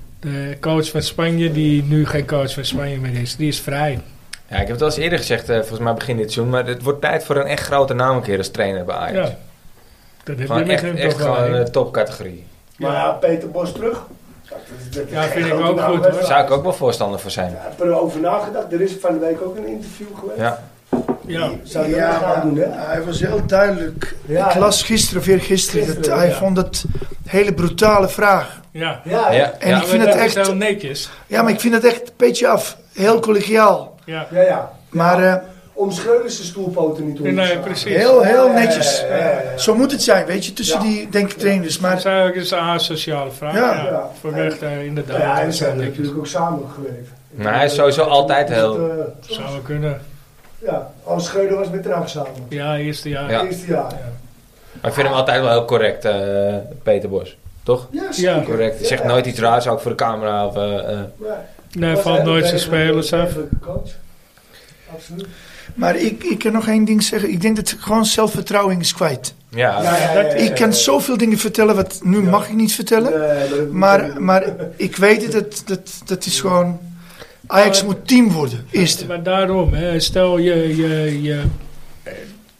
De coach van Spanje, die nu geen coach van Spanje meer is. Die is vrij. Ja, ik heb het al eens eerder gezegd, uh, volgens mij begin dit seizoen. Maar het wordt tijd voor een echt grote naam een keer als trainer bij Ajax. Ja. Dat heb Gewoon je echt, met hem echt toch wel, gewoon hè? een topcategorie. Maar ja, Peter Bos terug. Dat is- dat is Ja, geen vind ik grote ook naam, goed, hè. hoor. Daar zou ik ook wel voorstander voor zijn. Ja, ik heb erover nagedacht. Er is van de week ook een interview geweest. Ja. Ja. Zou je Ja, dat gaan doen, hè? maar hij was heel duidelijk. Ja. Ik las gisteren of eergisteren dat Gisteren, hij ja. vond het een hele brutale vraag. Ja. Ja, hè? Ja, En ja. ik vind Maar het dat is echt... heel netjes. Ja, maar ik vind het echt een beetje af. Heel collegiaal. Ja. Ja, ja. Maar eh, Om Schreuder's stoelpoten niet onder Nee, te slaan. precies. heel, heel Ja, ja, ja, netjes. ja, ja, ja. Zo moet het zijn, weet je, tussen Ja. die denk ik trainers. Maar dat Maar is eigenlijk een asociale vraag. Ja. Ja. Ja. Voor echt uh, inderdaad. Ja, en dat ze is heel hebben netjes. natuurlijk ook samengewerkt. Maar hij is sowieso altijd heel- Uh, Zou wel kunnen. ja, als Schreuder was met Ten samen. Ja, eerste jaar. Ja. Het eerste jaar. Ja. Maar ik vind hem altijd wel heel correct, uh, Peter Bos. Toch? Ja, Ja. Correct. Hij zegt Ja. nooit iets raars, ook voor de camera. Of, uh, uh. Ja. Nee, Was valt een nooit zijn degelijke- spelers af. degelijke coach. Absoluut. Maar ik, ik kan nog één ding zeggen. Ik denk dat gewoon zelfvertrouwen is kwijt. Ja, Ja, ja, ja, ja, Ik kan ja. zoveel dingen vertellen wat nu Ja. mag ik niet vertellen. Nee, Maar, maar ik weet het, dat, dat, dat is gewoon... Ajax Ja. moet team worden, eerste. Maar daarom, hè, stel je, je, je, eh,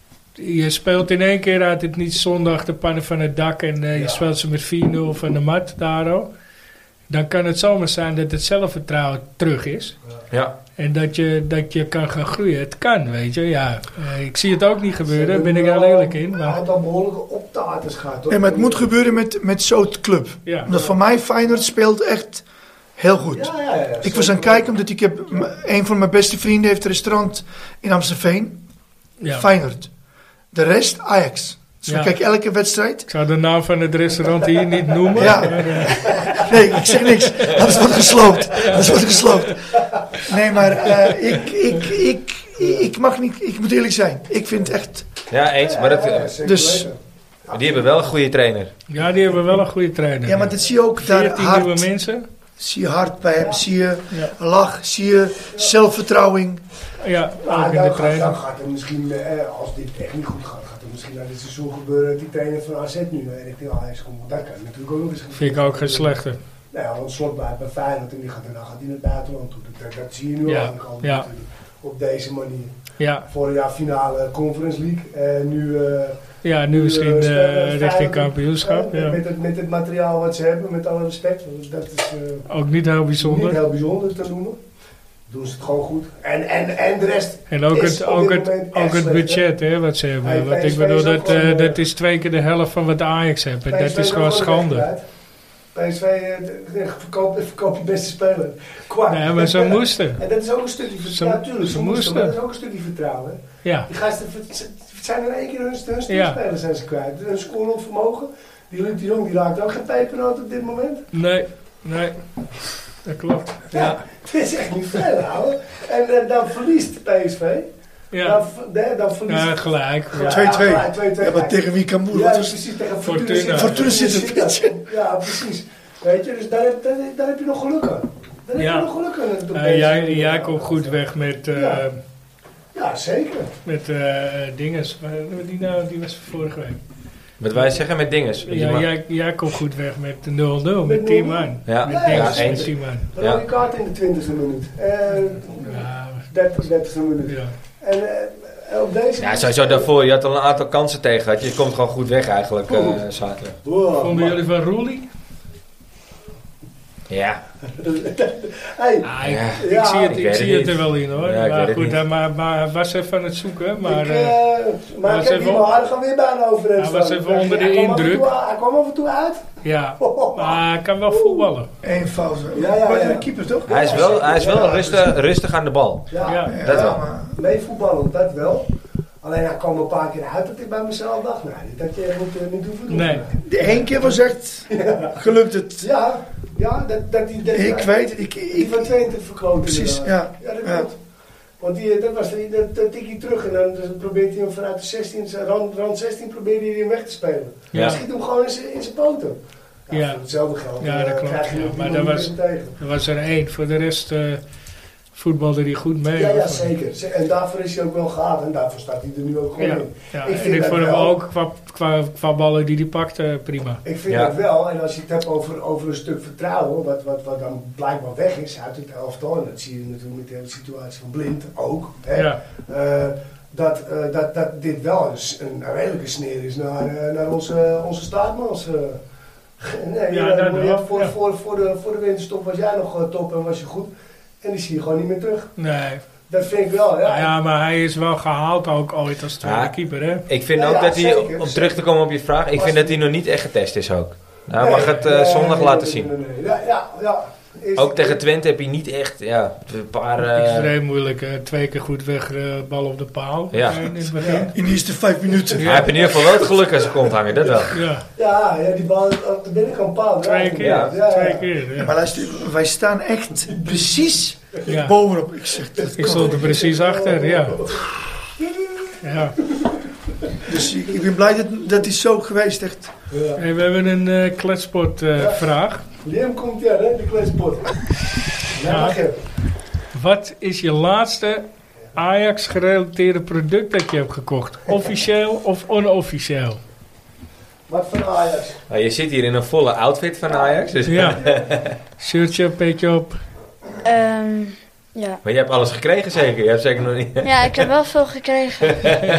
je speelt in één keer uit het niet zondag de pannen van het dak en eh, je Ja. speelt ze met vier nul van de mat daarom. Dan kan het zomaar zijn dat het zelfvertrouwen terug is. ja. En dat je, dat je kan gaan groeien. Het kan, weet je. Ja, eh, ik zie het ook niet gebeuren, daar ben ik heel eerlijk in. Hij Maar had al behoorlijke optaters gehad. hoor. Nee, maar het moet gebeuren met, met zo'n club. ja, Omdat voor mij Feyenoord speelt echt heel goed. Ja, ja, ja. Ik was aan het kijken, omdat ik heb... m- Een van mijn beste vrienden heeft een restaurant in Amstelveen. ja. Feyenoord. De rest, Ajax. Dus Ja. we kijken elke wedstrijd. Ik zou de naam van het restaurant hier niet noemen. Ja. Maar, eh, Nee, ik zeg niks. Anders wordt gesloopt. Anders wordt gesloopt. Nee, maar eh, ik, ik, ik, ik mag niet... Ik moet eerlijk zijn. Ik vind echt... ja, eens. Maar dat, Ja, uh, ja, zeker dus- weten. die hebben wel een goede trainer. ja, die hebben wel een goede trainer. Ja, maar dat zie je ook daar veertien nieuwe hard. mensen. Zie je hard bij hem. Zie je Ja, lach. Zie je zelfvertrouwing. ja Maar ook in de dan, gaat, trainer. dan gaat er misschien, eh, als dit echt niet goed gaat, gaat er misschien na dit seizoen gebeuren dat die trainer van A Z nu naar richting Ajax komt. Want dat kan natuurlijk ook nog eens. Vind ik ook geen slechte. Nou ja, want Slot blijft bij Feyenoord en die gaat, daarna gaat hij naar het buitenland toe. Dat, dat zie je nu Ja, al aankomen ja. natuurlijk. Op deze manier. Ja, Vorig jaar finale Conference League. En nu... eh, ja nu misschien eh, spelen eh, we richting Feyenoord, kampioenschap. eh, Ja. met, het, met het materiaal wat ze hebben, met alle respect. Want dat is eh, Ook niet heel niet bijzonder. heel bijzonder te noemen. Doen ze het gewoon goed. En, en, en de rest... En ook is het, op ook dit het, moment ook echt het slecht, budget hè, wat ze hebben. Hey, Want P S V ik bedoel, is ook dat, gewoon, eh, eh, dat is twee keer de helft van wat de Ajax heeft. En dat P S V is gewoon ook schande. weggedraaid. P S V eh, verkoopt verkoop je beste speler. Kwart. Nee, maar ze moesten. En dat is ook een stukje Ze- vertrouwen. Ja, tuurlijk, ze ze moesten. moesten. Maar dat is ook een stukje vertrouwen. hè. Ja, Die gasten ver- ze- zijn in één keer hun, hun Ja. spelers zijn ze kwijt. Hun scoren op vermogen. Die Luc de Jong die raakt ook geen pepernoot op dit moment. nee, nee. Dat klopt. Ja, Het is echt niet veel, ouwe. En eh, dan verliest P S V. ja. Dan, v- nee, dan verliest... ja gelijk. Ja, twee-twee. ja, twee-twee. Ja, maar tegen wie kan moeder? Ja, Wat dus was- precies, tegen Fortuna. Fortuna. Fortuna zit er, weet je. Ja, precies. Weet je, dus daar heb, daar, daar heb je nog geluk aan. Daar heb Ja. je nog geluk aan. dat het op Eh, deze jij, manier jij gaat. komt goed weg met, eh Ja. Ja, zeker. met eh dinges. Maar Die, nou, die was vorige week. Wat wij zeggen met dinges. weet je, Ja, maar- jij, jij komt goed weg met nul nul, met Met tien nul nul. man. Ja, Met Ja, dinges, ja, met eens. tien man. Een rode kaart in de twintigste minuut. Eh, Ja, dertig, dertig minuten. ja. En uh, op deze... Ja, sowieso daarvoor. Je had al een aantal kansen tegen gehad. Je komt gewoon goed weg eigenlijk, uh, zaterdag. Wow, Vonden maar- jullie van Roelie? Ja. Hey, Ah, ik, Ja. ik Ja, zie het, ik ik weet zie het het er niet. wel in hoor. Ja, ik maar weet het goed, niet. hij maar, maar hij was even aan het zoeken. Maar ik, eh, uh, maar hij ik was heb die even- maar gaan weer bijna overeind hij was staan. even onder de Hij kwam af en indruk. toe- Hij kwam af en toe uit. ja, maar hij kan wel voetballen. Eén fout. Ja, ja, Maar ja. de keeper toch? Hij is wel, hij is wel rustig, rustig aan de bal. Ja, Ja. ja. Dat wel. maar mee voetballen, dat wel. Alleen hij kwam een paar keer uit dat ik bij mezelf dacht, nou, dit had je niet, uh, niet hoeven doen. Nee. de één keer was echt gelukt het. Ja, ja, dat, dat die... Dat, Ik weet het. Ik, Die ik, van tweeëntwintig verkloot precies, inderdaad. ja. Ja, dat Ja. klopt. Want die, dat was die, dat, dat tikje terug en dan dus probeert hij hem vanuit de zestien, zijn rand, rand zestien probeerde hij hem weg te spelen. Ja. Hij schiet hem gewoon in zijn, in zijn poten. Ja, Ja. voor hetzelfde geld. Ja, eh, dat klopt, krijg je ja. op die Maar dat manier was- tegen. Er was er één. Voor de rest uh, voetbalde hij goed mee. Ja, ja, hoor. zeker. En daarvoor is hij ook wel gehaald en daarvoor staat hij er nu ook gewoon Ja, in. ja. Ik en vind ik dat vond hem wel. ook qua, qua, qua ballen die hij pakte prima. Ik vind Ja. het wel, en als je het hebt over, over een stuk vertrouwen, wat, wat, wat dan blijkbaar weg is uit het elftal, en dat zie je natuurlijk met de hele situatie van Blind ook, hè, Ja, eh, dat, eh, dat, dat dit wel eens een, een redelijke sneer is naar, eh, naar onze, onze staatmans. eh. nee, Ja, ja, dat je wel, had voor, ja. voor, voor, de, voor de winterstop was jij nog eh, top en was je goed. En die zie je gewoon niet meer terug. nee. Dat vind ik wel, ja. Ja, ja, maar hij is wel gehaald ook ooit als tweede Ja. keeper, hè? Ik vind Ja, ook ja, dat hij, zeker, om zeker. terug te komen op je vraag, ik Maar vind als- dat hij nog niet echt getest is ook. Hij Nee, mag het eh, nee, zondag nee, laten nee, zien. nee, nee, nee. Ja, ja, ja. Is- Ook tegen Twente heb je niet echt, ja, een paar... eh, Extreem moeilijk. hè. Twee keer goed weg, eh, bal op de paal. Ja. eh, In het begin. Ja. in die eerste vijf minuten. Hij heeft in ieder geval wel het geluk als ze komt hangen, dat wel. Ja, Ja, ja, die bal op de binnenkant paal. twee ja, keer. Ja, ja, ja. Twee keer, ja. Maar luister, wij staan echt precies Ja. bovenop. Ik zeg, dat Ik kan stond er niet. precies achter, ja. ja. Dus ik, ik ben blij dat, dat is zo geweest, echt. Ja. Hey, we hebben een eh kletspot eh, vraag. Liam komt ja, hè, de kletspot. Ja, Ja. mag je. Wat is je laatste Ajax-gerelateerde product dat je hebt gekocht? Officieel of onofficieel? Wat van Ajax? Nou, je zit hier in een volle outfit van Ajax, dus, Ja. Shirtje, petje op. Ehm, ja. maar je hebt alles gekregen zeker? Je hebt zeker nog niet... ja, ik heb wel veel gekregen.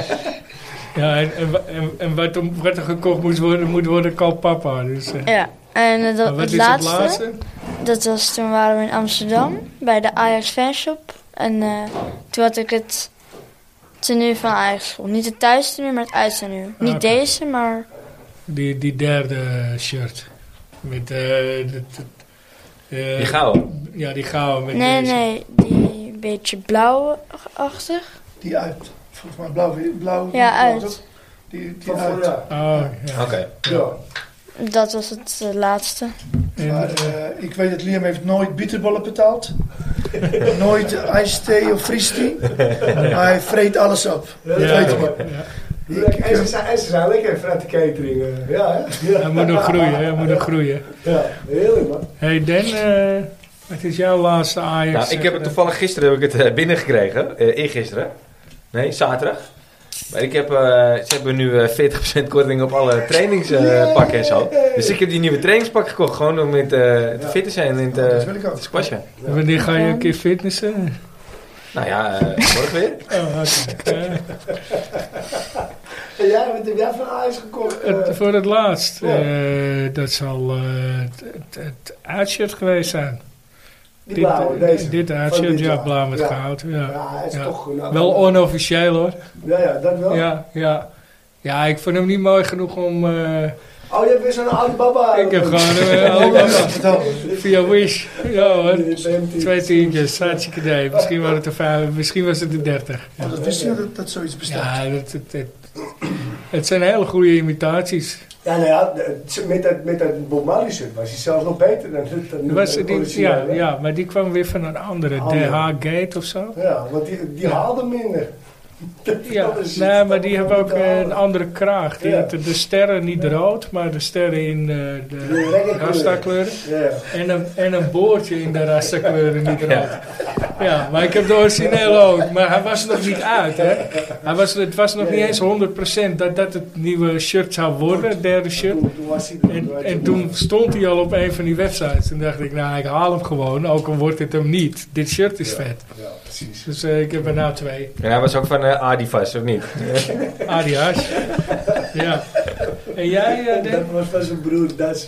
Ja, en, en, wa- en, en wat, er- wat er gekocht moet worden, moet worden, kal papa. Dus, eh. Ja. En eh, dat, Maar wat het, is laatste, het laatste? dat was toen waren we in Amsterdam bij de Ajax fanshop. En eh, toen had ik het tenue van Ajax gekocht. Niet het thuistenue, maar het uittenue. Niet oké. deze, maar Die, die derde shirt. Met eh de, de- eh, Die gouden. Ja, die gouden met nee, deze. nee, die beetje blauw-achtig. Die uit. Volgens mij blauw. blauw Ja, blauw, uit. toch? Die, die Van uit. vorig jaar. Oh, ja. Oké. Ja. Dat was het eh, laatste. En, Maar eh, ik weet dat Liam heeft nooit bitterballen betaald. Nooit ijsthee of fristie. Maar hij vreet alles op. Ja, ja, dat weet ja, ik wel. ja. Lekker. En ze zijn, en ze zijn lekker vanuit de catering. eh. Ja, hè? Ja. Hij moet nog groeien, hè, hij moet nog groeien. Ja, heerlijk man. Hey Dan, eh, wat is jouw laatste Ajax? Nou, ik heb het toevallig gisteren heb ik het eh, binnengekregen. Eh eergisteren. Nee, zaterdag. Maar ik heb, eh, ze hebben nu eh, veertig procent korting op alle trainingspakken en zo. Dus ik heb die nieuwe trainingspak gekocht. Gewoon om in te, te fit te zijn in Dat te, wil ik ook. te squashen. Wanneer ga je een keer fitnessen? Nou ja, eh, morgen weer. Oh, oké. Eh, En jij, wat heb jij van Ajax gekocht? het, Eh, voor het laatst. Ja. eh, dat zal eh, het, het, het uitshirt geweest zijn. die blauwe, dit, deze. Dit Van uitshirt, dit ja, jaar. blauw met Ja. goud. Ja. Ja, hij is Ja. toch... nou, Wel onofficieel hoor. Ja, ja, dat wel. Ja, ja. Ja, ik vond hem niet mooi genoeg om... eh, Oh, je hebt weer zo'n Alibaba. ik heb gewoon een Alibaba via Wish. Ja hoor. Twee tientjes, hartstikke idee. Misschien was het er vijf, misschien was het er dertig. Oh, dat wist je niet dat, dat zoiets bestaat. Ja, dat, het, het, het zijn hele goede imitaties. Ja, nou ja, de- met dat, met dat Bob Marley shirt was hij zelfs nog beter dan, dan Was, dan die, origineel, ja, hè? ja, maar die kwam weer van een andere, Andere. D H Gate of zo. Ja, want die, die haalde minder. Ja, Dat is- nee, maar die dat hebben is ook te eh, halen. een andere kraag. Die Ja. had de, de sterren niet rood, maar de sterren in eh, De de reggae-kleuren. rasta kleuren. Ja. En een, en een boordje in de rasta kleuren niet rood. Ja. Ja, maar ik heb de originele ook. Maar hij was nog niet uit, hè. Hij was, het was nog niet eens honderd procent dat dat het nieuwe shirt zou worden, het derde shirt. Toen, toen was hij er. En, Toen had en je- toen stond hij al op een van die websites. Toen dacht ik, nou, ik haal hem gewoon, ook al wordt het hem niet. Dit shirt is vet. Ja, precies. Dus uh, ik heb er nou twee. En hij was ook van uh, Adivas, of niet? Adidas. Ja. En jij, uh, Dat Dick? was van zijn broer, das.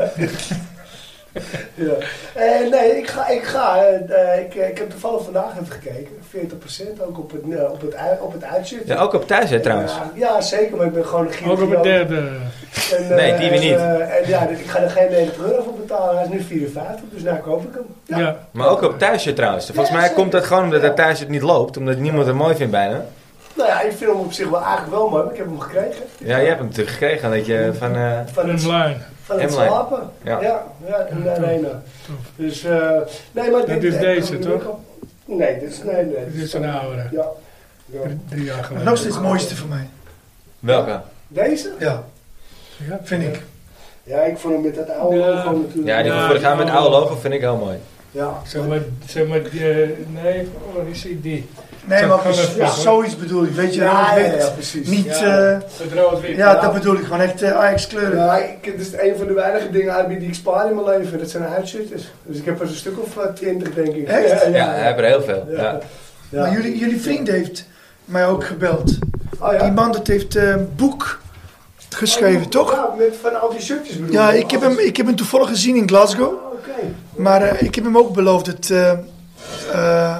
Ja. Eh, nee, ik ga, ik ga, eh, eh, ik, ik heb toevallig vandaag even gekeken, veertig procent ook op het, uh, op het, uit- op het uitshirt. Ja, ook op thuis, hè, trouwens. Ja, ja, zeker, maar ik ben gewoon een gier. Ook op het derde. En, uh, Nee, die weer niet. En, uh, en ja, ik ga er geen negentig euro voor betalen, hij is nu vierenvijftig, dus nou koop ik hem. Ja. Ja. ja. Maar ook op thuisje trouwens. Volgens mij komt dat gewoon omdat het thuis het niet loopt. Omdat niemand het mooi vindt bijna. Nou ja, ik vind hem op zich wel eigenlijk wel mooi, maar ik heb hem gekregen. Ja, je hebt hem natuurlijk gekregen. Dat je van... uh, Van het, Online. van het Emline. slapen. Ja. Ja, ja, in de Ja, arena. tof. Dus, uh, nee, maar Dat dit, is eh, deze, kan- toch? Nee, dit is, nee, nee. Dit is een oude. Ja. Ja. Drie, drie jaar geleden. Nog steeds het mooiste voor mij. welke? Deze? Ja, Ja, vind ik. Ja, ik vond hem met dat oude Ja. logo natuurlijk. Ja, die Ja, van vorig jaar met het die oude oude. logo vind ik heel mooi. Ja. Zeg maar, zeg maar uh, nee, oh, is die die? Nee, Zo, maar kan precies, even, ja, hoor. zoiets bedoel ik. Weet je, Ja, ja, rood-wit. ja, precies. Niet, Ja. eh, Het rood-wit. ja, Ja. dat bedoel ik. Gewoon echt uh, Ajax-kleuren. Ja, ik, het is een van de weinige dingen uit die ik spaar in mijn leven. Dat zijn uitshirtjes. Dus ik heb er een stuk of uh, twintig, denk ik. Echt? Ja, Ja, hij heeft er heel veel. Ja. Ja. Ja. Maar jullie, jullie vriend heeft mij ook gebeld. Oh, ja. Die man dat heeft uh, een boek geschreven, toch? Ja, met van al die shirtjes bedoel Ja, je? ik heb hem, ik heb hem toevallig gezien in Glasgow. Oh, oké. Maar uh, ik heb hem ook beloofd dat uh, uh,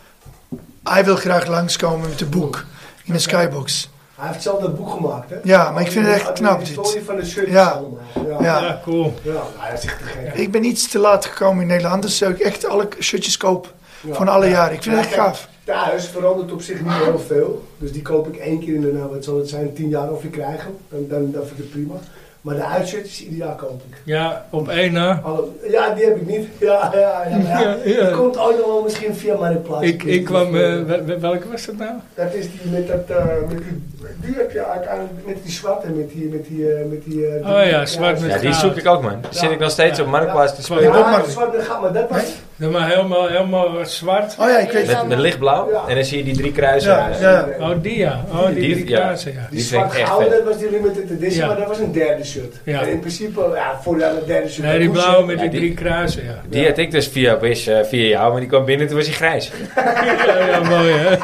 hij wil graag langskomen met een boek in de Skybox. Hij heeft zelf dat boek gemaakt, hè? Ja, maar ik vind het echt Uit de knap, historie dit. van de shirtjes Ja. allemaal. Ja. Ja. Ja, cool. Ja, nou, dat is echt te gek. Ik ben iets te laat gekomen in Nederland, anders zou ik echt alle shirtjes kopen. Ja. Van alle jaren. Ik vind het echt Ja, gaaf. Thuis verandert op zich niet heel veel. Dus die koop ik één keer in de, nou wat zal het zijn, tien jaar of je krijgen. Dan, dan, dan vind ik het prima. Maar de uitshirtjes ieder jaar koop ik. Ja, op één na. Alle, ja, die heb ik niet. Ja, ja, ja. ja, ja. Ja, ja. Die komt ooit nog wel misschien via Marktplaats. Ik, ik kwam, uh, wel- welke was dat nou? Dat is die met dat, uh, met die, die heb je uiteindelijk met die zwarte, met die, met die, uh, met die... Uh, Oh ja, zwart met Ja, die goud. zoek ik ook, man. Die zit ik nog steeds Ja. op Marktplaats te Ja, spelen. Ja, ook ja maar- zwart met goud, maar dat was... Ja, maar helemaal, helemaal zwart. Oh ja, ik weet Met, het. met lichtblauw. Ja. En dan zie je die drie kruisen. Ja, eh, ja. Oh, die ja. Oh, die, Die- drie ja. kruisen, ja. Die Die vind ik zwart echt gouden, vet. dat was die limited edition, Ja. maar dat was een derde shirt. Ja. En in principe, ja, voor dat derde shirt. Nee, die dat moest blauwe je- met die Ja, die- drie kruisen, ja. Die had ik dus via Wish, eh, via jou. Maar die kwam binnen, toen was hij grijs. Ja, ja, mooi hè.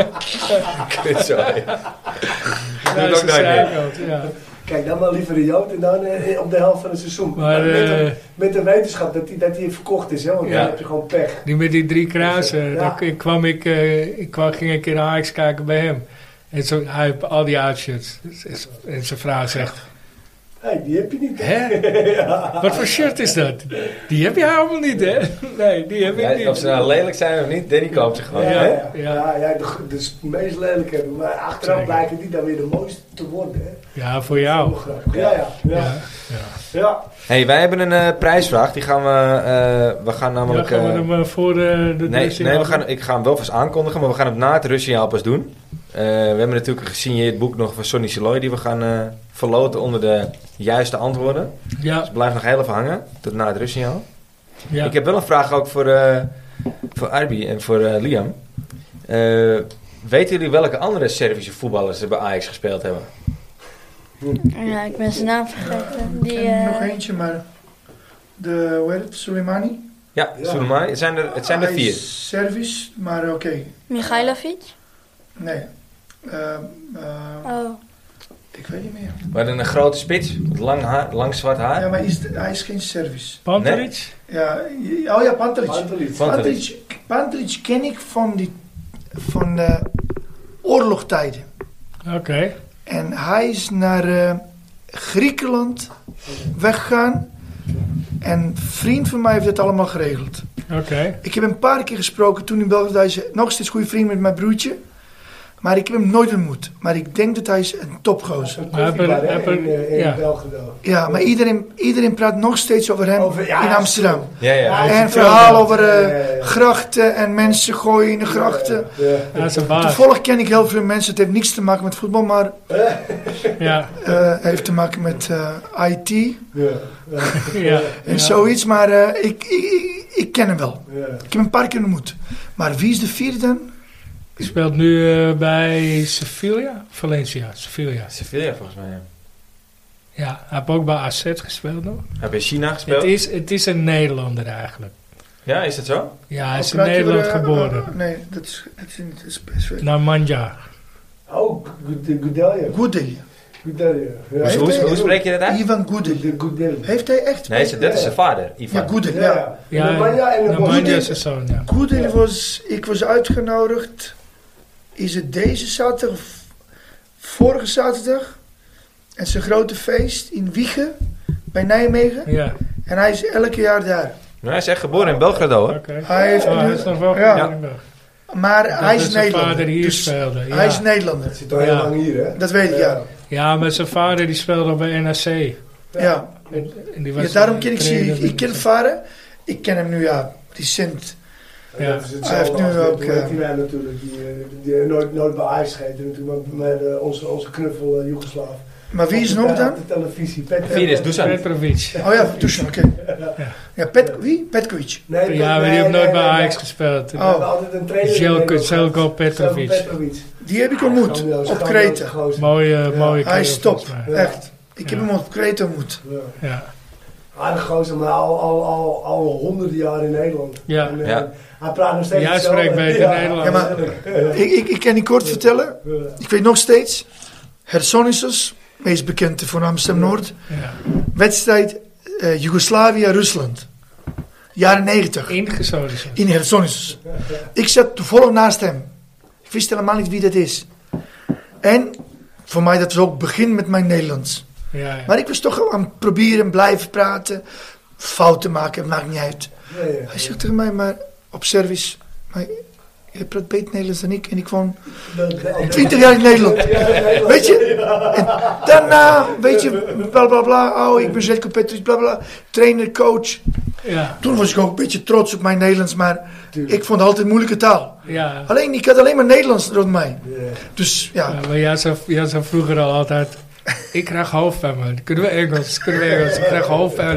Kut, sorry. Ja, doe ik is ook de nooit meer. zijkant, ja. Kijk, dan maar liever de Jood en dan eh, op de helft van het seizoen. Maar, met, eh, de, met de wetenschap dat die, dat die verkocht is, hè, want Ja. dan heb je gewoon pech. Die met die drie kruisen, Ja. daar k- kwam ik, eh, ik kwam, ging een keer naar Ajax kijken bij hem. En zo, hij heeft al die outshirts. En zijn vrouw zegt, Hé, hey, die heb je niet. hè? Wat voor shirt is dat? Die heb je helemaal niet, hè? Nee, die heb ik Ja, niet. of ze nou lelijk zijn of niet, Danny koopt ze gewoon. Ja, hè? ja, Ja. ja. ja, de, de, de meest lelijke hebben. Maar achteraf Zeker. blijken die dan weer de mooiste te worden. Hè. Ja, voor jou. Ja, ja, ja. Ja, ja. ja. ja. Hey, wij hebben een eh, prijsvraag. Die gaan we... eh, we gaan Ja, namelijk... gaan we eh, hem eh, voor eh, de nee, dressing nee we houden? gaan, ik ga hem wel vast aankondigen, maar we gaan het na het Russiaal pas doen. Eh, we hebben natuurlijk een gesigneerd boek nog van Sonny Siloy die we gaan eh, verloten onder de juiste antwoorden. Ja, Dus blijf nog heel even hangen tot na het Russiaal. ja. Ik heb wel een vraag ook voor, eh, voor Arbi en voor eh, Liam. Eh, weten jullie welke andere Servische voetballers er bij Ajax gespeeld hebben? Ja, ik ben zijn naam vergeten. Die, En eh, nog eentje, maar de, hoe heet het, Soleimani? Ja, Ja. Soleimani. Het zijn er, het zijn er Hij vier. is Servisch, maar oké. Michailovic? Nee. Eh, eh, Oh. ik weet niet meer. We hadden een grote spits, met lang, haar, lang zwart haar. Ja, maar hij is, hij is geen Servisch. Pantelic? Ja, je- oh ja, Pantelic. Pantelic. Pantelic. Pantelic, Pantelic ken ik van, die, van de oorlogtijden. Oké. En hij is naar eh, Griekenland weggegaan. En een vriend van mij heeft dat allemaal geregeld. Oké. Ik heb hem een paar keer gesproken toen in België. Hij is nog steeds goede vriend met mijn broertje. Maar ik heb hem nooit ontmoet. Maar ik denk dat hij is een topgozer. Een Maar heb er- koffiebar, hè, heb er- in, eh, in ja. België wel. Ja, maar iedereen, iedereen praat nog steeds over hem Over- ja, in Amsterdam. Ja, ja. Ja, En hij is verhaal een over ja, eh, ja, ja. grachten en mensen gooien in de grachten. Ja, ja. Dat is een baas. Toevallig ken ik heel veel mensen. Het heeft niks te maken met voetbal, maar Ja, eh heeft te maken met eh, I T Ja, ja. ja. en zoiets. Maar eh, ik, ik, ik, ik ken hem wel. Ja. Ik heb hem een paar keer ontmoet. Maar wie is de vierde dan? Hij speelt nu uh, bij Sevilla, Valencia, Sevilla. Sevilla volgens mij, ja. Ja, hij heeft ook bij A Z gespeeld nog. Heb je in China gespeeld? Het is, het is een Nederlander eigenlijk. Ja, is dat zo? Ja, hij is Of in praat je Nederland over, uh, geboren. uh, nee, dat is, dat is niet. Dat is P S V. Namanja. Oh, Goudelje. Goedelje. Goudelje. Ja. Hoe, hoe, hoe spreek je dat uit? Ivan Goedelje. Goudelje. Heeft hij echt... Nee, dat is zijn vader, Ivan. Ja, Goedelje, Ja, ja. ja. Ja, Nemanja en de Namanja Bos. is zijn zoon, ja. Goedelje was... Ik was uitgenodigd... Is het deze zaterdag of vorige zaterdag? En zijn grote feest in Wiegen bij Nijmegen. Ja, En hij is elke jaar daar. Nou, hij is echt geboren in Belgrado, hoor. oké. Hij heeft Oh, nu- hij is nog wel Ja. geboren in België. Maar Dat hij is zijn Nederlander. vader hier Dus speelde. Ja. hij is Nederlander. Dat zit al heel Ja. lang hier, hè? Dat weet ik, ja. Ja, maar zijn vader die speelde bij N A C. En, Ja. en die Ja, was daarom ken ik ze. trainer Ik, ik ken dus- vader. Ik ken hem nu, ja, recent. Ja. Dat is hetzelfde Hij heeft nu als met- ook, hoe heet eh, die nou natuurlijk, die, eh, die eh, nooit, nooit bij Ajax gegeten natuurlijk, maar met eh, onze, onze knuffel uh, Joegoslaaf. Maar wie is Op nog de- dan? Op de televisie. Pet, Vier is Dusan. Petrovic. Oh ja, Dusan, oké. Ja, Pet, wie? Petkovic. Nee, Ja, maar die heeft nooit bij Ajax gespeeld. We hebben altijd een trainer. in Zelko- Nederland Zelko gehad. Petrovic. Zelko Petrovic. Die heb ik ontmoet. Schandaloos, Op schandaloos Kreta. gozer. Mooie, Ja. mooie Hij is kerel, top. volgens mij. Ja. Echt. Ik Ja. heb hem op Kreta ontmoet. Ja. Ja. Aardig gozer, maar al, al, al, al honderden jaar in Nederland. Ja. En, eh, Ja. Hij praat nog steeds Jij hetzelfde. spreekt beter Nederlands. Ja, maar- Ja. Ik, ik, ik kan niet kort vertellen. Ja. Ik weet nog steeds. Hersonisos, meest bekende van Amsterdam-Noord. Ja. Wedstrijd eh Joegoslavië-Rusland. Jaren negentig. Ingezoden. zo. In Hersonisos. Ik zat toevallig naast hem. Ik wist helemaal niet wie dat is. En voor mij dat was ook het begin met mijn Nederlands. Ja, ja. Maar ik was toch aan het proberen blijven praten. Fouten maken, maakt niet uit. Ja, ja. Hij zegt tegen mij, maar op service, maar je praat beter Nederlands dan ik. En ik woon twintig jaar in Nederland. Weet je? En daarna, weet je, bla bla bla. Oh, ik ben Zelko Petrovic, bla bla. Trainer, coach. Ja. Toen was ik ook een beetje trots op mijn Nederlands, maar ik vond het altijd een moeilijke taal. Ja. Alleen, ik had alleen maar Nederlands rond mij. Ja. Dus ja, Ja, maar jij zei, jij zei vroeger al altijd... Ik krijg hoofdpijn, man. Kunnen we Engels? Kunnen we Engels? Ik krijg hoofdpijn.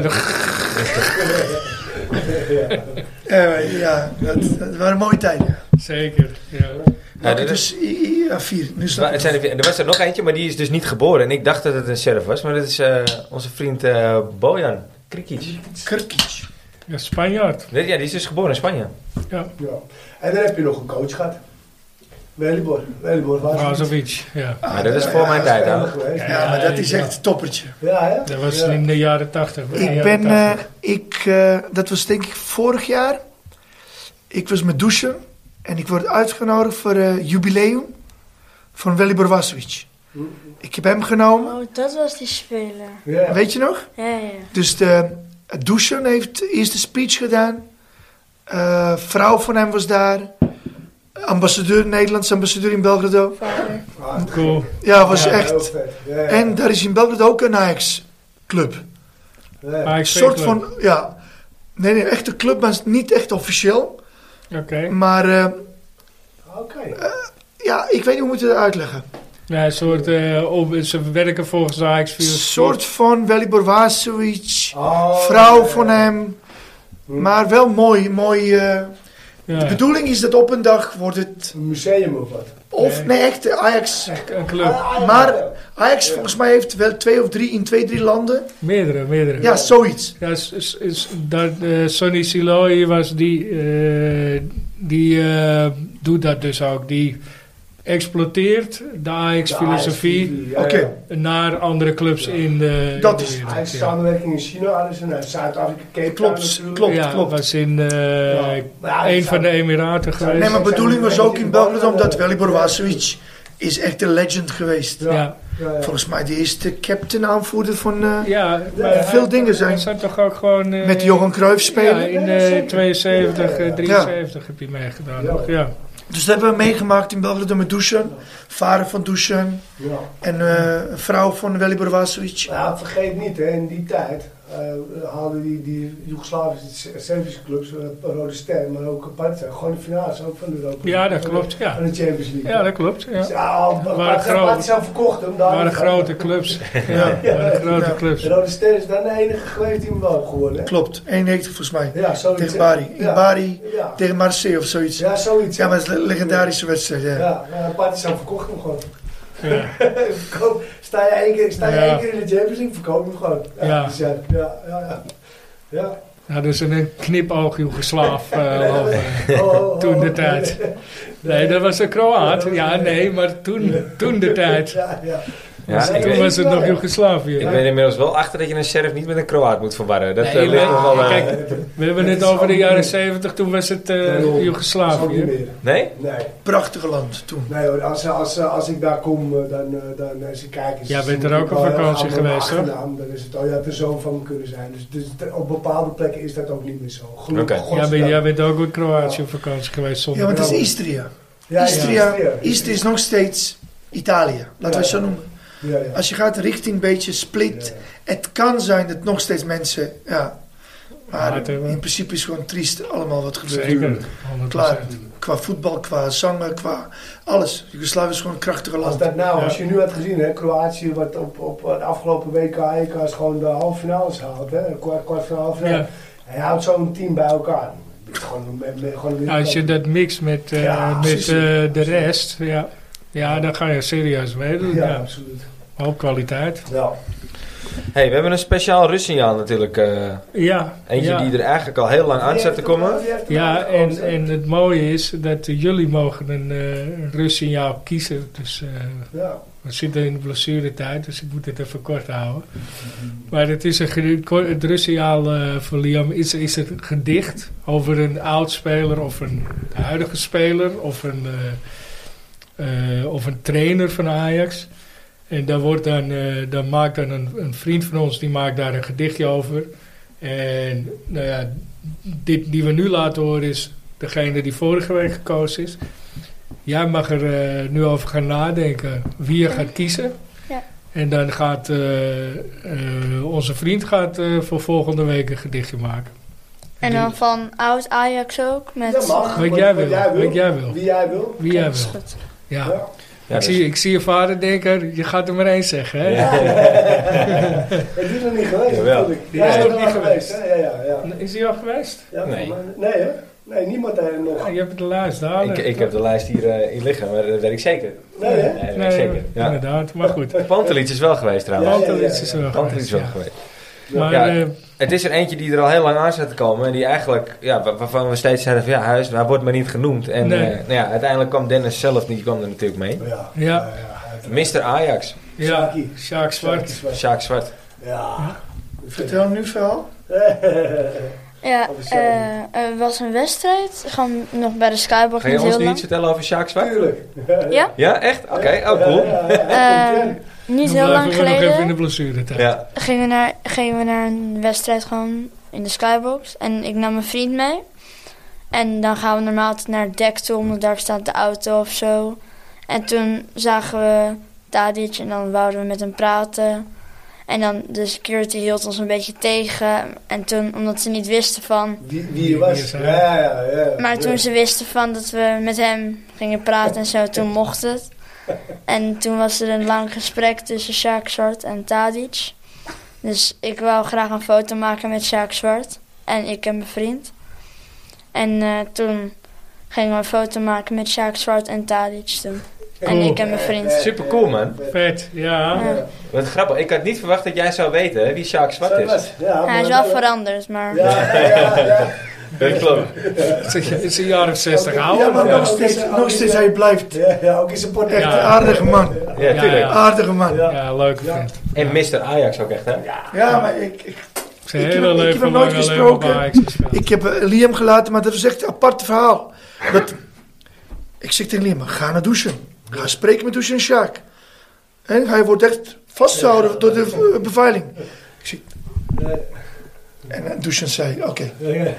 eh, ja dat, dat waren mooie tijden. Zeker, ja. Ja, Oké, dit is- dus i- i- ja, vier. Nu Maar snap het ik zijn het. er, er was er nog eentje, maar die is dus niet geboren. En ik dacht dat het een Serf was, maar dat is eh, onze vriend eh, Bojan Krikic. Krkic. Ja, Spanjaard. Nee, ja, die is dus geboren in Spanje. Ja. Ja. En dan heb je nog een coach gehad. Welibor. Welibor was Brozovic, ja. maar dat is ja, voor ja, mijn tijd, hè? geweest. Ja, maar dat is Ja. echt een toppertje. Ja, hè? Dat was Ja. in de jaren tachtig. Ik ben, eh, ik, eh, dat was denk ik vorig jaar. Ik was met douchen en ik word uitgenodigd voor het jubileum van Welibor Vasovic. Ik heb hem genomen, Oh, dat was die speler. Ja. weet je nog? Ja, ja. Dus de, het douchen heeft de eerste speech gedaan. Eh, vrouw van hem was daar. Ambassadeur, Nederlandse ambassadeur in Belgrado. Vader. Ah, Cool. Ja, was Ja, heel echt. vet. Ja, ja. En daar is in Belgrado ook een Ajax-club. Ja. Maar Een ik soort van, ja. Nee, nee, echt een club, maar niet echt officieel. Oké. Maar eh, Oké. ja, ik weet niet hoe moet je dat uitleggen. Ja, een soort... eh, op, ze werken volgens de Een Ajax-filosofie. soort van Welibor Vasovic, Oh, vrouw ja, van ja. hem. Hm. Maar wel mooi, mooi. eh, Ja. De bedoeling is dat op een dag wordt het, Een museum of wat? of Nee. nee, echt Ajax. Een club. Maar Ajax volgens mij heeft wel twee of drie in twee, drie landen. Meerdere, meerdere. Ja, zoiets. Ja, is, is, is, dat, eh, Sonny Siloy was die, eh, die eh, doet dat dus ook. Die exploiteert de Ajax-filosofie Ja, Oké. ja. naar andere clubs in de Dat in de is- wereld, Hij is ja. samenwerking in China, hadden ze naar Zuid-Afrika, Cape Town Klopt, natuurlijk. klopt. Ja, was in eh, Ja. Maar ja, een het van de zou- Emiraten geweest. Nee, maar de bedoeling was ook in Belgrado omdat Welibor Vasovic is echt een legend geweest. Ja, ja. Ja, ja. Volgens mij de eerste captain aanvoerder van eh, ja, maar Ja, veel hij- dingen zijn. Hij zat toch ook gewoon... eh, met Johan Cruijff Ja, spelen. in Ja, eh, zeker. tweeënzeventig, Ja, ja, ja. eh, drieënzeventig heb je meegedaan. Ja. nog, Ja. Dus dat hebben we meegemaakt in Belgrado met Dusan. Vader van Dusan Ja. en eh, een vrouw van Welibor Vasovic. Ja, vergeet niet, hè, in die tijd uh, haalden die, die Joegoslavische, Servische clubs, uh, Rode Ster, maar ook Partizan, gewoon de finales ook van de Europa. Ja, dat klopt, ja. Van de Champions League. Ja, dat klopt, ja. Dus, ja, Partizan verkocht hem. Dat waren grote clubs. Ja, ja, waren grote ja. clubs. De Rode Ster is dan de enige geweest die hem wel heeft gewonnen. Hè? Klopt, eenennegentig volgens mij. Ja, zoiets. Tegen Bari. In Ja. Bari Ja. tegen Marseille of zoiets. Ja, zoiets. Ja, maar het is een legendarische wedstrijd. Ja. Ja, ja, Partizan verkocht hem gewoon. Ja. Verkoop, sta je één keer, sta je Ja. één keer in de Champions League, verkoop hem gewoon. Ja, Ja. dus ja, ja, ja, ja. ja. Nou, dus een knipoog Joegoslaaf uh, lopen. Oh, oh, oh, Toen de oh. tijd. Nee, dat was een Kroaat. Ja, nee, maar toen, toen de tijd. Ja, ja. Ja, Dus ik toen weet- was het nog Joegoslavië. Ik ben inmiddels wel achter dat je een Serf niet met een Kroaat moet verwarren. Dat Nee, eh, ligt nog wel... eh, kijk, we hebben het over de jaren zeventig, toen was het uh, Dat is ook niet Joegoslavië. meer. nee? Nee. Prachtige land toen. Nee hoor, als, als, als ik daar kom, eh, dan, eh, dan als ik kijk... is Jij het bent er ook op natuurlijk wel vakantie heel geweest, hoor? aangenaam. Dan is het, oh ja, het de zoon van me kunnen zijn. Dus, dus te- op bepaalde plekken is dat ook niet meer zo. Gelukkig. Oké. Jij bent, jij bent ook in Kroatië op vakantie geweest zonder. Ja, want het is Ja. Istria. Ja, Istria, ja. Istria is nog steeds Italië. Laten we Ja, het zo ja. noemen. Ja, ja. Als je gaat richting een beetje Split. Ja. Het kan zijn dat nog steeds mensen... Ja, maar Ja, het, eh, in principe is het gewoon triest allemaal wat gebeurt. Zeker, honderd Klaar. procent. Qua voetbal, qua zangen, qua alles. Joegoslavië is gewoon een krachtige Als land. dat nou, Ja. als je nu had gezien, hè, Kroatië wat op, op de afgelopen W K, E K's gewoon de halve finales haalt, hè, kwart, kwartfinale, halve finale. Ja. Hij houdt zo'n team bij elkaar. Gewoon, met, met, gewoon Ja, als je dat mixt met, uh, Ja, met precies. uh, de rest, ja. Ja, dan ga je serieus meedoen. Ja, Ja, absoluut. hoop kwaliteit. Ja. Hey, we hebben een speciaal rustsignaal natuurlijk. eh, Ja, eentje ja. die er eigenlijk al heel lang aan zat te komen. Ja, en, en het mooie is dat uh, jullie mogen een, uh, een rustsignaal kiezen. Dus uh, Ja. we zitten in de blessuretijd, dus ik moet het even kort houden. Maar het is een gedi- het rustsignaal uh, voor Liam is, is het een gedicht over een oud speler of een huidige speler of een, uh, uh, of een trainer van Ajax. En daar wordt dan, uh, dan maakt dan een, een vriend van ons, die maakt daar een gedichtje over. En nou ja, dit die we nu laten horen is degene die vorige week gekozen is. Jij mag er uh, nu over gaan nadenken wie je gaat kiezen. Ja. En dan gaat uh, uh, onze vriend gaat, uh, voor volgende week een gedichtje maken. En dan van oud Ajax ook. Met, Dat mag. Wat jij wil, wat jij wil. Wie jij wil. Wie jij Dat is wil. goed. Ja. Ja. Ja, ik, dus- zie, ik zie je vader denken, je gaat er maar één zeggen. Hè? Ja. Het is nog niet geweest Jawel. natuurlijk. Die Ja, is hij nog er niet al geweest. hè? Ja, ja, ja. Is hij al geweest? ja Nee. maar- nee hè? Nee, niemand daar nog. Ja, je hebt de lijst daar. ik, ik heb de lijst hier, uh, hier liggen, maar dat weet ik zeker. Nee hè? Nee, dat weet ik Nee, zeker. Ja. inderdaad. Maar goed. Pantelic is wel geweest trouwens. Ja, ja, Pantelic is wel Pantelic geweest. is wel Ja. geweest. Maar Ja. eh, Het is er eentje die er al heel lang aan zat te komen. En die eigenlijk, ja, waar- waarvan we steeds zeiden van ja, hij, is, hij wordt maar niet genoemd. En Nee. eh, nou ja, uiteindelijk kwam Dennis zelf, die kwam er natuurlijk mee. Ja. Ja. uiteraard. mister Ajax, ja, Sjaki. Sjaak Zwart. Sjaak Zwart. Ja. Vertel nu het verhaal. Ja, Wat is dat? eh, er was een wedstrijd. Gewoon nog bij de Skybox Ga je niet ons heel nu lang. iets vertellen over Sjaak Zwart? Tuurlijk. Ja? Ja, echt? Oké, oh cool. Ja, ja, ja. Eh, niet Dan heel lang blijven we nog even in geleden de blessuretijd. Ja. gingen we, naar, gingen we naar een wedstrijd gewoon in de Skybox. En ik nam mijn vriend mee. En dan gaan we normaal altijd naar het dek toe, omdat daar staat de auto of zo. En toen zagen we Tadic en dan wouden we met hem praten. En dan de security hield ons een beetje tegen. En toen, omdat ze niet wisten van... Wie, wie je was. Wie is hij? Ja, ja, ja. Maar toen ze wisten van dat we met hem gingen praten en zo, toen mocht het. En toen was er een lang gesprek tussen Sjaak Zwart en Tadic. Dus ik wou graag een foto maken met Sjaak Zwart. En ik en mijn vriend. En eh, toen gingen we een foto maken met Sjaak Zwart en Tadic toen. En Cool. ik en mijn vriend. Super cool, man. Vet, ja. Ja. Wat grappig. Ik had niet verwacht dat jij zou weten hè, wie Sjaak Zwart Zo is. was- ja, Hij is maar- wel veranderd, maar... Ja, ja, ja. Dat klopt. Het is een jaar of zestig Ja, ouder. maar ja. nog steeds, nog steeds hij blijft. Ja, ja, ook in zijn portret. Echt Ja. een aardige man. Ja, Ja, tuurlijk. ja. Aardige man. Ja. Ja, leuke Ja. vent. En mister Ajax ook echt, hè? Ja, maar ik, ik, Zijn Ik heb hele hem- ik heb leven hem lang nooit alleen maar bij gesproken. Ajax gespeeld. ik heb eh, Liam gelaten, maar dat was echt een apart verhaal. Dat, ik zeg tegen Liam, ga naar douchen. Ga spreken met douchen en Sjaak. En hij wordt echt vastgehouden door de eh, beveiliging. Ik zeg, en uh, douchen zei, oké.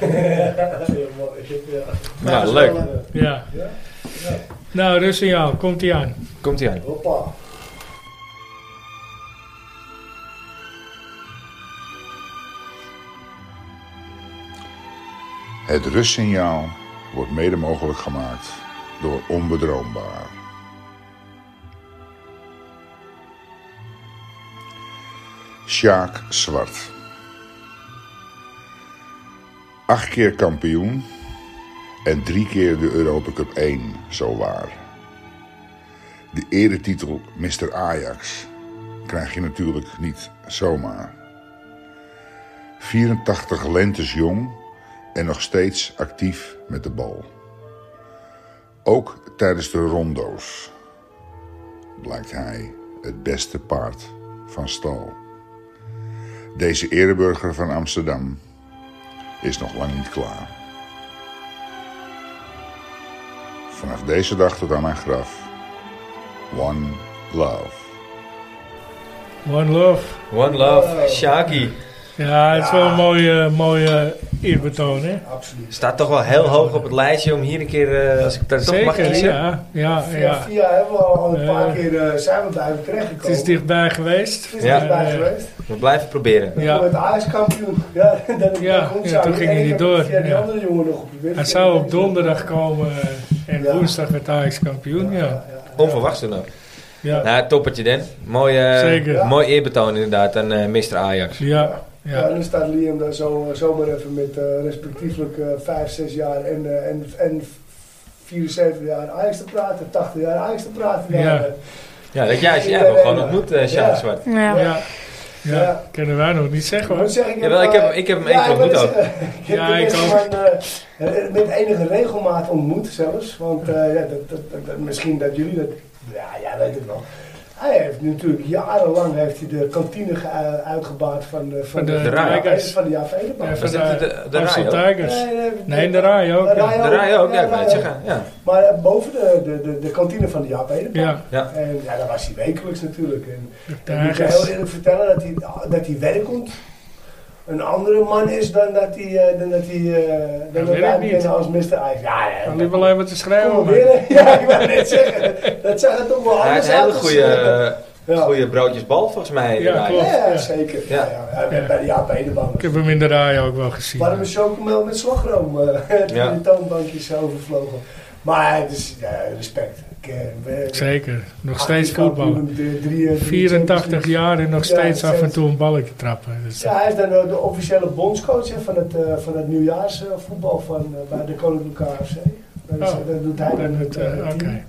Ja, leuk. Ja. Nou, rustig jou. Komt ie aan. Komt ie aan. Het rustsignaal wordt mede mogelijk gemaakt door Onbedroombaar. Sjaak Zwart. Acht keer kampioen en drie keer de Europa Cup één, zowaar. De eretitel mister Ajax krijg je natuurlijk niet zomaar. vierentachtig lentes jong en nog steeds actief met de bal. Ook tijdens de rondo's blijkt hij het beste paard van stal. Deze ereburger van Amsterdam is nog lang niet klaar. Vanaf deze dag tot aan mijn graf. One love. One love. One love, Shaki. Ja, het is wel een mooie, mooie eerbetoon, hè? Absoluut. Staat toch wel heel hoog op het lijstje om hier een keer, uh, als ik daar toch mag Zeker, kiezen. ja. ja, Via, ja. via hebben we al een paar Eh, keer uh, zijn we blijven Het terechtgekomen. is dichtbij geweest. Het is Ja. dichtbij Eh, geweest. We blijven proberen. Ja. Ja. Met Ajax kampioen. Ja, dan, dan Ja, komt ja, zo. toen ging hij En ik niet heb door, Via die ja. andere jongen nog geprobeerd. Hij zou op donderdag komen eh, en Ja. woensdag werd Ajax kampioen, ja. Onverwachts toen ook. Ja, Nou, toppertje Den. Mooi, uh, Zeker. mooi eerbetoon inderdaad aan uh, mister Ajax. ja, Ja, ja. nu staat Liam daar zo, zomaar even met uh, respectievelijk uh, vijf, zes jaar en, uh, en, en vierenzeventig jaar Ajax te praten, tachtig jaar Ajax te praten. Ja. Uh, Ja, dat jij, jij hebt hem gewoon ontmoet, uh, Shaki Ja. Zwart. Ja. Ja, ja. Ja. Kunnen wij nog niet zeggen, hoor. moet zeggen, Jawel, ik heb hem- ik heb hem één keer ik wil ontmoet ook. zeggen, Ik heb Ja, hem ik best ook. van, uh, met enige regelmaat ontmoet zelfs. Want uh, ja, dat, dat, dat, dat- misschien dat jullie dat... Ja, jij weet het wel. Hij heeft natuurlijk jarenlang heeft hij de kantine ge- uh, uitgebaat van de, Van de De Rai. Tigers. Van de Jaap Edenbouw. Ja, Was van dit de, de- de Amstel Rai ook? Tigers. nee, Nee, de Rai ook, ja. De Rai ook, ja, ik weet het Rai zeggen. Ja. Maar uh, boven de, de, de, de kantine van de Jaap Edenbouw. Ja, Ja. En ja, daar was hij wekelijks natuurlijk. En, de en ik kan Tigers. heel eerlijk vertellen dat hij, dat hij werkend een andere man is dan dat hij, uh, dan dat hij, uh, dan dat weet ik wij niet. kennen als mister Ajax. Ja, ja. Dan liep alleen maar te schrijven. Kom maar. weer, hè? Ja, ik wou net zeggen. Dat zag het toch wel Hij anders heeft hele uit als, goede, uh, ja. goede broodjes bal volgens mij. Ja, de Rai. klopt. Ja, Ja. zeker. Ja. Ja. Ja, ja, Ja. bij de Jaap Edenbouw. Ik heb hem in de Rai ook wel gezien. Warme chocomel met slagroom. Uh, toen Ja. de toonbankjes overvlogen. Maar het is ja, respect. Ik, uh, we- Zeker. Nog achttien steeds voetbal. kampioen, drie- drie- drie vierentachtig jaar en nog Ja, steeds af en steeds. toe een balletje trappen. Dus, Ja, hij is dan de, de officiële bondscoach hè, van het, uh, van het nieuwjaarsvoetbal van, uh, bij de Koninklijke K F C. Dat, is, Oh, dat doet hij dan dan het, met eh, uh, het oké. team.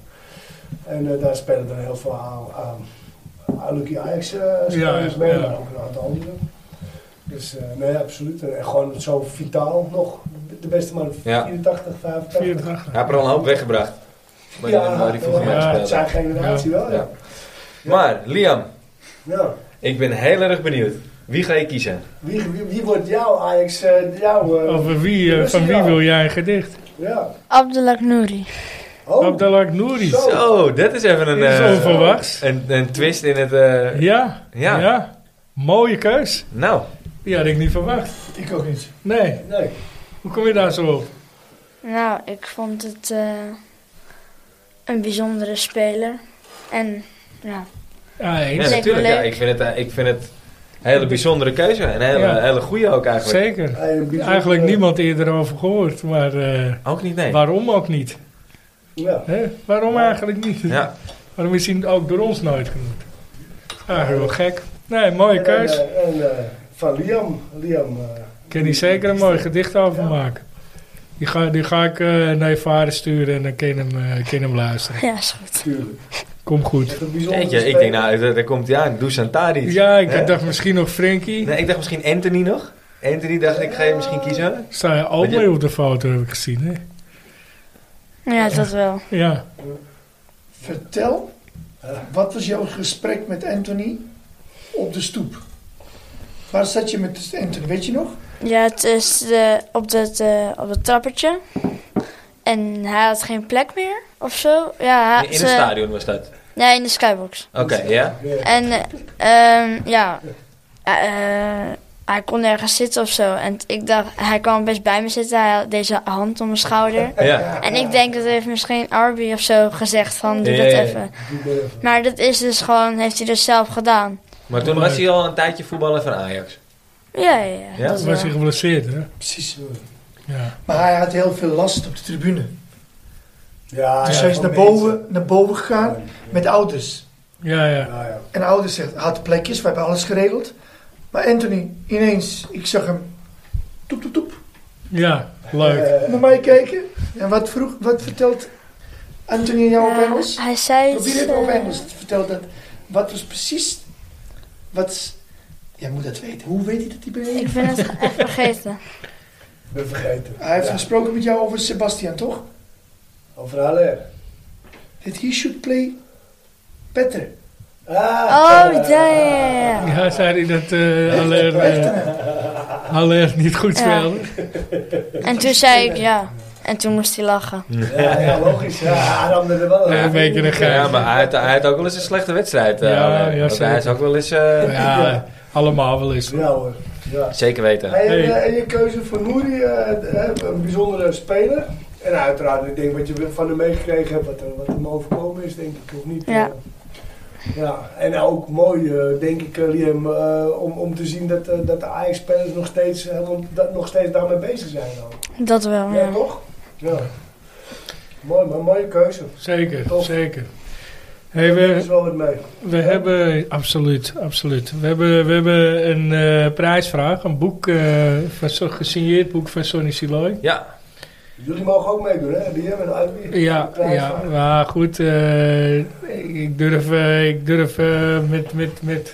En uh, daar spelen dan heel veel aan, aan, aan Lucky Ajax uh, spelers Ja, mee, ja. maar ook een aantal anderen. Dus uh, nee, absoluut. En gewoon zo vitaal nog. De beste man, Ja. vierentachtig, vijfentachtig. vierentachtig. Hij heeft er al een hoop weggebracht. Bij Ja, waar hij vroeger ja, mee ja, het speelde. zijn generatie wel, ja. Ja. Maar, Liam, Ja. ik ben heel erg benieuwd. Wie ga je kiezen? Wie, wie, wie wordt jouw Ajax, uh, jouw... Uh, Over wie, eh, Dus van wie ja. wil jij een gedicht? Ja. Abdelak Nouri. Oh, Abdelak Nouri. Zo. Zo, dat is even een, Dit is eh, onverwachts. een, een twist in het... eh, Ja, Ja. ja, mooie keus. Nou, Die had ik niet verwacht. ik ook niet. Nee, Nee. hoe kom je daar zo op? Nou, ik vond het eh, een bijzondere speler. En ja, Ja, ja, eens. Zeker natuurlijk. Ja, leuk. ik, vind het, eh, ik vind het een hele bijzondere keuze. Een hele, Ja. hele goede ook eigenlijk. Zeker. Hey, een bijzonder- Eigenlijk niemand eerder over gehoord, maar eh, Ook niet, nee. waarom ook niet? Ja. Hè? Waarom eigenlijk niet? Ja. Waarom is hij ook door ons nooit genoemd? Eigenlijk wel gek. Nee, mooie keus. En, uh, en uh, van Liam. Liam uh, Ik kan hier zeker een mooi gedicht over maken. Die ga, die ga ik uh, naar je vader sturen en dan kan je hem, uh, kan je hem luisteren. ja, is goed. Tuurlijk. Kom goed. Echt een bijzondere Jeetje, ik speler. denk nou, daar, daar komt hij aan. Dusan Tadic. Ja, ik Hè? dacht misschien nog Frenkie. Nee, ik dacht misschien Anthony nog. Anthony dacht ik, ga je misschien kiezen? Sta je ook Weet je- mee op de foto, heb ik gezien. Hè? Ja, dat wel. Ja. Vertel, wat was jouw gesprek met Anthony op de stoep? Waar zat je met Anthony, weet je nog? Ja, het is eh, op, het, eh, op het trappertje. En hij had geen plek meer of zo. Ja, hij, In het ze- stadion was dat. Nee, in de skybox. Oké, ja. En eh, ehm, ja, eh, hij kon ergens zitten of zo. En t- ik dacht, hij kwam best bij me zitten. Hij had deze hand om mijn schouder. Ja. En ik denk dat heeft misschien Arby of zo gezegd van doe Ja, dat ja, ja. even. Maar dat is dus gewoon, heeft hij dus zelf gedaan. Maar toen was hij al een tijdje voetballer van Ajax. Ja, ja, ja. Ja? dat Toen was hij wel. geblesseerd, hè? Precies. Ja. Maar hij had heel veel last op de tribune. Ja, Dus ja, hij is van naar boven, mensen. naar boven gegaan met de ouders. Ja, ja. Ja, ja. En de ouders zegt, had plekjes, we hebben alles geregeld. Maar Anthony, ineens, ik zag hem, toep, toep, toep, Ja, leuk. Eh, naar mij kijken. En wat vroeg, wat vertelt Anthony aan jou op Eh, Engels? hij zei Probeer iets... het op eh, Engels te vertellen. Dat, wat was precies, wat, is- jij moet dat weten. Hoe weet hij dat hij bij je? ik ben het echt vergeten. Ik ben vergeten. Hij heeft Ja. gesproken met jou over Sebastian, toch? Over Haller. That he should play better. Ah, Oh, ja, ja, ja, ja. Ja, zei hij dat uh, Haller, uh, Haller niet goed Ja. speelde? En toen zei ik ja. En toen moest hij lachen. Ja, ja, logisch. Ja, hij ramde er wel Ja, een beetje een gein. Ja, maar hij had, hij had ook wel eens een slechte wedstrijd. eh, Ja, Alain. ja, Want hij is zeker. ook wel eens... eh, Ja, allemaal wel eens. Ja hoor. Ja. Zeker weten. En, Hey. eh, en je keuze voor Nouri, eh, eh, een bijzondere speler. En uiteraard, ik denk wat je van hem meegekregen hebt, wat, er, wat hem overkomen is, denk ik, of niet? Ja. Eh, ja, en ook mooi, eh, denk ik, eh, Liam, eh, om, om te zien dat, eh, dat de Ajax-spelers nog steeds, eh, dat nog steeds daarmee bezig zijn. Dan. Dat wel, Ja, ja. toch? Ja. Mooi, maar mooie keuze. Zeker, Tof. zeker. Hey, Er is we, wel wat mee. we hebben, absoluut, absoluut. We hebben, we hebben een eh, prijsvraag, een boek, eh, van, zo- gesigneerd boek van Sonny Siloy. Ja, Jullie mogen ook meedoen, hè? Liam en Albi. Ja, ja, maar goed, eh, ik durf, eh, ik durf eh, met, met, met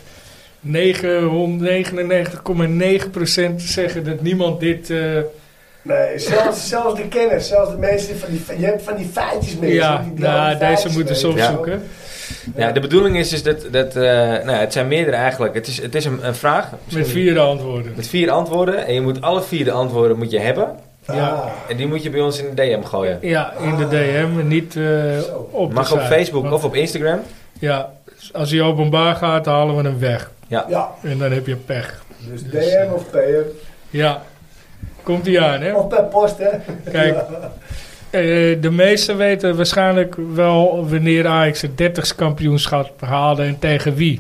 negenennegentig komma negen procent te zeggen dat niemand dit... eh, Nee, zelfs, zelfs de kenners, zelfs de mensen van die, je hebt van die feitjes mee. ja, die, die al nou, die deze feitjes moeten ze weten. Ja. opzoeken. ja, de bedoeling is dus dat... dat eh, nou, ja, het zijn meerdere eigenlijk. Het is, het is een, een vraag. Met Misschien- vier antwoorden. Met vier antwoorden. En je moet alle vier de antwoorden moet je hebben. Ja. Ah, En die moet je bij ons in de D M gooien. Ja, in de D M, niet eh, Zo. op de Mag op site. Facebook Want- of op Instagram. Ja, als hij openbaar gaat, dan halen we hem weg. ja, En dan heb je pech. dus D M of P M. Ja, komt hij aan, hè? Of per post, hè? Kijk, eh, de meesten weten waarschijnlijk wel wanneer Ajax het dertigste kampioenschap haalde en tegen wie.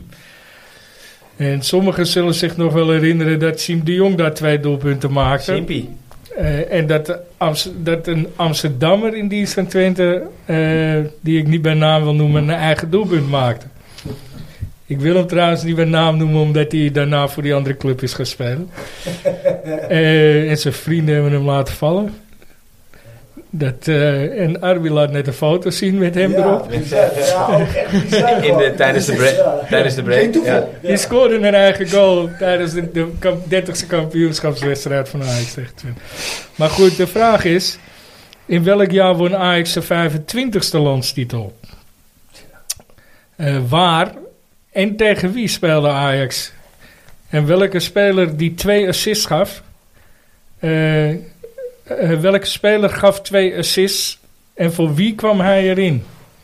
En sommigen zullen zich nog wel herinneren dat Siem de Jong daar twee doelpunten maakte. Simpie. Eh, en dat, de Amst- dat een Amsterdammer in dienst van Twente, eh, die ik niet bij naam wil noemen, een eigen doelpunt maakte. Ik wil hem trouwens niet bij naam noemen, omdat hij daarna voor die andere club is gaan spelen. Eh, en zijn vrienden hebben hem laten vallen. Dat, eh, en Arby laat net een foto zien met hem ja, erop. bizar. Ja, ook echt bizar. In de, gewoon. tijdens, de Ja. break, tijdens de break. Geen toeval. Ja. Die scoorde een eigen goal tijdens de, de kamp- dertigste kampioenschapswedstrijd van Ajax tegen Twente. Maar goed, de vraag is: in welk jaar won Ajax de vijfentwintigste landstitel? Eh, waar en tegen wie speelde Ajax? En welke speler die twee assists gaf? eh, eh, welke speler gaf twee assists en voor wie kwam hij erin?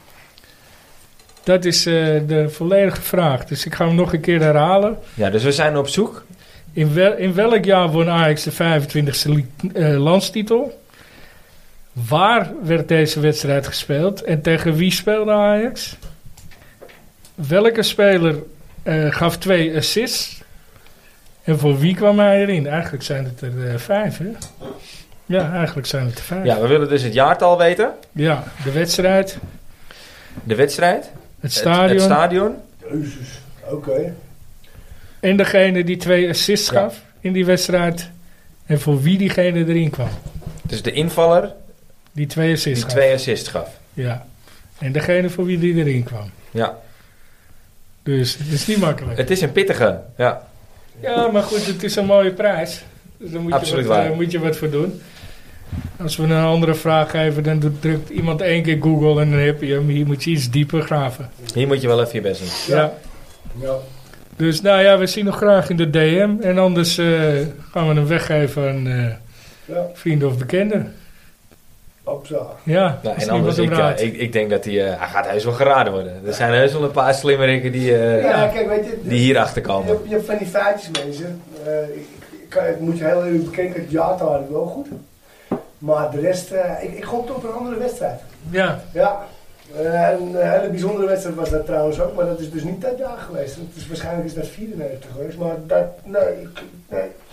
Dat is eh, de volledige vraag. Dus ik ga hem nog een keer herhalen. Ja, dus we zijn op zoek. In, wel, in welk jaar won Ajax de vijfentwintigste li- eh, landstitel? Waar werd deze wedstrijd gespeeld? En tegen wie speelde Ajax? Welke speler eh, gaf twee assists? En voor wie kwam hij erin? Eigenlijk zijn het er eh, vijf, hè? Ja, eigenlijk zijn het er vijf. Ja, we willen dus het jaartal weten. Ja, de wedstrijd, De wedstrijd. het stadion, Het, het stadion. Jezus, oké. en degene die twee assists Ja. gaf in die wedstrijd. En voor wie diegene erin kwam. Dus de invaller Die twee assists die gaf. twee assists gaf. Ja. En degene voor wie die erin kwam. Ja. Dus het is niet makkelijk. Het is een pittige. Ja. Ja, maar goed, het is een mooie prijs. Dus daar moet, Absoluut je wat, waar. eh, moet je wat voor doen. Als we een andere vraag geven, dan doet, drukt iemand één keer Google en dan heb je hem. Hier moet je iets dieper graven. Hier moet je wel even je best doen. Ja. Ja. Dus nou ja, we zien nog graag in de D M. En anders eh, gaan we hem weggeven aan eh, Ja, vrienden of bekenden. absoluut. Ja, Nou, als en anders, niemand ik, hem eh, raadt. ik, ik denk dat hij, eh, hij gaat heus wel geraden worden. Er zijn heus wel een paar slimmerikken die, eh, Ja, kijk, weet je... die hierachter Je komen. hebt, je hebt van die feitjes, mensen. Eh, ik, ik, kan- ik moet je heel eerlijk bekennen, het jaartal had ik wel goed. Maar de rest, eh, ik, ik gokte op een andere wedstrijd. Ja, Ja, eh, een hele bijzondere wedstrijd was dat trouwens ook, maar dat is dus niet dat jaar geweest. Het is, waarschijnlijk is dat vierennegentig geweest, maar dat, nee, ik, nee.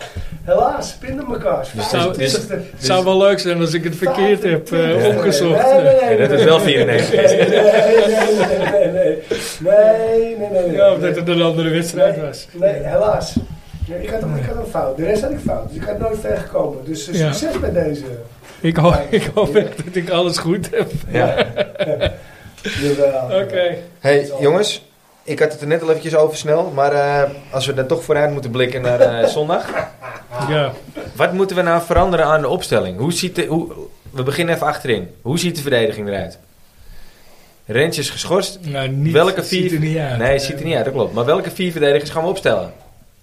Helaas, pindakaas. Dus zou- Het is dus- de- Het zou wel leuk zijn als ik het verkeerd heb uh, opgezocht. Nee, nee, nee. Ja, dat is wel vierennegentig. Nee, nee, nee, nee, nee. Nee, nee, nee. nee. Ja, of dat het een andere wedstrijd Nee, was. Nee, helaas. Nee, ik, had hem, ik had hem fout. De rest had ik fout. Dus ik had nooit ver gekomen. Dus uh, Ja. succes met deze. Ik hoop, ik hoop echt dat ik alles goed heb. Ja. Jawel. Oké. Hey, jongens. Ik had het er net al eventjes over snel. Maar uh, als we er toch vooruit moeten blikken naar uh, zondag. Ja. Wat moeten we nou veranderen aan de opstelling? Hoe ziet de, hoe, we beginnen even achterin. Hoe ziet de verdediging eruit? Rens is geschorst. Nou, niet, welke het vier... ziet er niet uit. Nee, het ziet er niet uit, dat klopt. Maar welke vier verdedigers gaan we opstellen?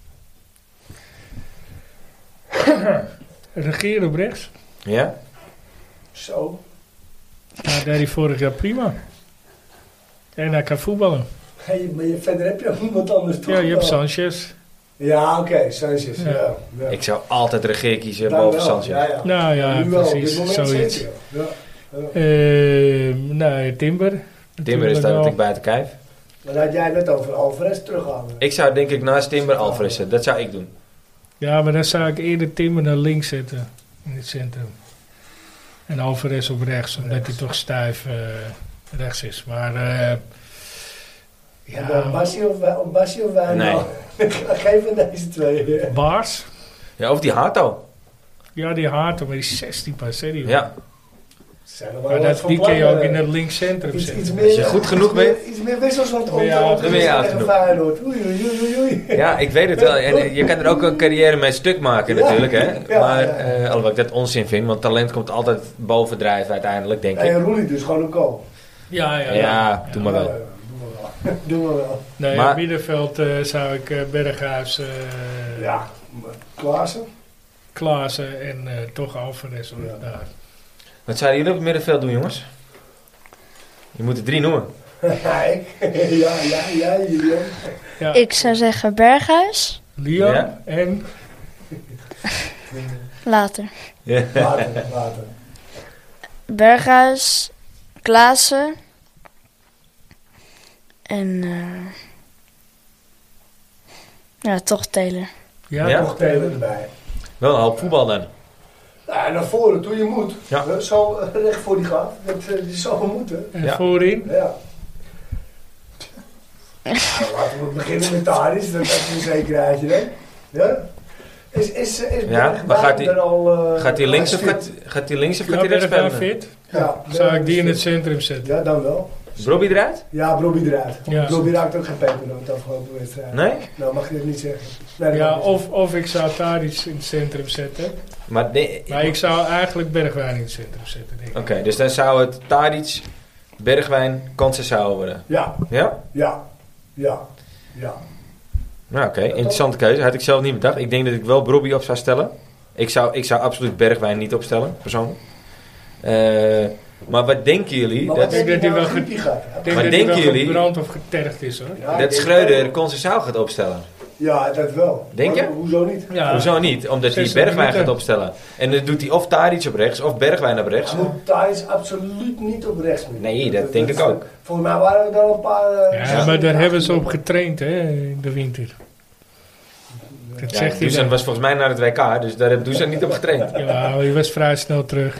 Regeer op rechts. Ja? Zo. Nou, dat deed hij vorig jaar prima. En hij kan voetballen. Hey, maar je, verder heb je ook niemand anders toch? Ja, je hebt wel? Sanchez. Ja, oké. Okay. Sanchez. Ja. Ja. Ja. Ik zou altijd regeer kiezen Dan boven wel. Sanchez. Ja, ja. Nou ja, Nu wel, op dit precies. moment Zoiets. zeker, ja. Ja. Uh, nou, Timber. Timber is daar natuurlijk buiten kijf. Maar dan had jij net over Alvarez terughalen. Ik zou denk ik naast Timber Alvarez zetten. Dat zou ik doen. Ja, maar dan zou ik eerder Timber naar links zetten. In het centrum. En Alvarez op rechts. Omdat hij toch stijf uh, rechts is. Maar... Uh, Ja, ja, Bassie of, Wij- of Bassie of Wijndal? Nee. Geen van deze twee. Baars. Ja, of die Hato. Ja, die Haarto, maar die is zestien pas, hè, die Ja. Zijn er wel Maar wat dat, van die kun je plannen. ook in het linkscentrum Iets, zetten. iets Als meer, je goed genoeg iets meer- bent. Iets meer wissels wat om Ja, te dan ben je oud tegen genoeg. Feyenoord. Oei, oei, oei, oei. Ja, ik weet het wel. En je kan er ook een carrière mee stuk maken Ja. natuurlijk. Hè? Ja, maar, ja. eh, alhoewel ik dat onzin vind. Want talent komt altijd bovendrijven uiteindelijk, denk ik. En Roelie dus gewoon een goal. Ja, ja, Ja, doe maar Ja, wel. ja, Doe maar wel. Doe maar wel. Nee, Maar- op middenveld eh, zou ik uh, Berghuis, uh, Ja, Klaassen. Klaassen en uh, toch Alvarez. hoor, Ja. daar. Wat zouden jullie op het middenveld doen, jongens? Je moet er drie noemen. Ja, ik. Ja, ja, ja, Julian. Ja, Ik zou zeggen Berghuis. Leon Ja. en Later. Ja. Later, later. Berghuis, Klaassen. En... eh ja, toch Taylor. ja, Ja? Nog Taylor erbij. Wel een hoop voetbal dan. Ja, naar voren toe je moet. Ja. Eh, Zo eh, recht voor die gaat. Dat, eh, die zal wel moeten. en Ja. voorin. Ja. Nou, laten we beginnen met Tadic. Dat is een zekerheidje, hè? Ja? Is, is, is Ja, Bergwijn maar gaat hij- er al... eh, Gaat hij links of fit? gaat, gaat hij links of gaat Ja, hij rechts Berghuis spelen? fit. Ja, Zou ik die in het fit. centrum zetten? Ja, dan wel. Brobby eruit? Ja, Brobby eruit. Ja. Brobby raakt ook geen pepernoot de afgelopen wedstrijd. Nee? Nou, mag je dat niet zeggen. Nee, dat Ja, mag niet of, of ik zou Tadic in het centrum zetten. Maar nee, Maar ik zou eigenlijk Bergwijn in het centrum zetten, denk ik. Oké, dus dan zou het Tadic, Bergwijn, Conceição worden. zeggen. Ja, Ja? ja, ja, ja. Nou oké, interessante keuze. Had ik zelf niet bedacht. Ik denk dat ik wel Brobby op zou stellen. Ik zou, ik zou absoluut Bergwijn niet opstellen, persoonlijk. Eh, maar wat denken jullie? Maar Dat, wat denk je dat hij nou wel een griepje gaat? Ik denk Maar dat denken hij wel jullie- gebrand of getergd is, hoor. Ja, ik dat denk Schreuder wel. Conceição gaat opstellen. Ja, dat wel. Denk Maar je? Hoezo niet? Ja. Hoezo niet? Omdat hij zestig Bergwijn minuten. gaat opstellen. En dan doet hij of Tadic op rechts of Bergwijn op rechts. Hij moet Thijs absoluut niet op rechts meer. Nee, dat denk ik ook. Volgens mij waren er al een paar... eh, Ja, maar daar hebben ze op getraind, hè, in de winter. Dat Ja, zegt hij Dusan dan. was volgens mij naar het W K, dus daar heeft Dusan niet op getraind. Ja, hij was vrij snel terug.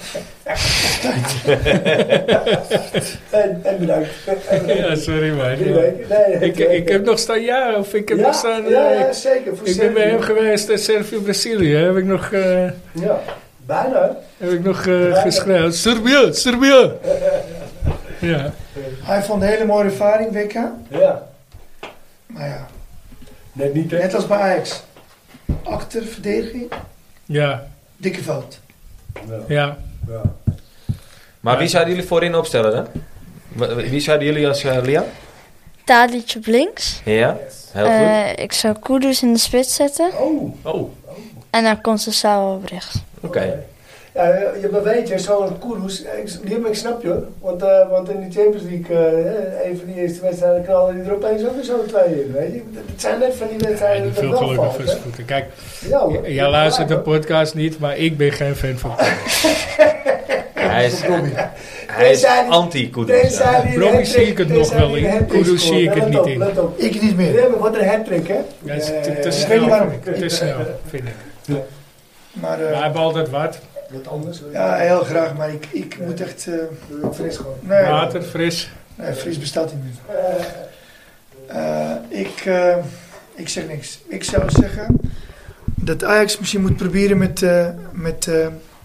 En, en bedankt. En bedankt. Ja, sorry man. Drie Ja. weken. Nee, Ik, twee ik weken. heb nog staan ja, of ik heb ja, nog staan... ja, eh, ja, ik, zeker. Voor ik ben bij hem Servië. geweest in Servië-Brazilië. Heb ik nog, eh, Ja, bijna. heb ik nog eh, geschreeuwd. Servië, Servië! Ja. Hij vond een hele mooie ervaring, W K. Ja. Maar ja, Net niet, hè? net als bij Ajax. Achter verdediging, Ja, dikke fout. Ja. ja. Ja. Maar wie zouden jullie voorin opstellen dan? W- Wie zouden jullie als uh, Lian? Tadic op links. Ja, heel goed. Eh, ik zou Kudus in de spits zetten. Oh, Oh, En dan Conceição op rechts. oké. ja, je, maar weet je, zo'n Kudus, ik, die- ik snap je hoor. Want, eh, want in de Champions League, eh, een van die eerste wedstrijden knallen die er opeens ook weer zo'n twee in, weet je. Het zijn net van die Ja, wedstrijden die dat veel wel gelukkig valt, hè. versvoeten. Kijk, Ja hoor. jij luistert de podcast niet, maar ik ben geen fan van Hij is, Brobby. hij is Tenzij die- anti-Kudus. Tenzij Ja. die een Brobby hat-trick- zie ik het nog tenzij wel die in. een hat-trick Kudus zie ik scoort. het Let niet op, in. Let op. Ik niet meer. Ja, maar wat een hat-trick, hè? Ja, het is Ja, te, ja, te ja. snel, Geen warm. te snel, vind ik. Ja. Maar, We uh, hebben altijd wat. Wat anders? ja, heel graag, maar ik, ik moet echt... Uh, Fris gewoon. nee, Water, fris. nee, fris bestaat niet meer. Uh, ik, uh, ik zeg niks. Ik zou zeggen dat Ajax misschien moet proberen met... Uh, met uh,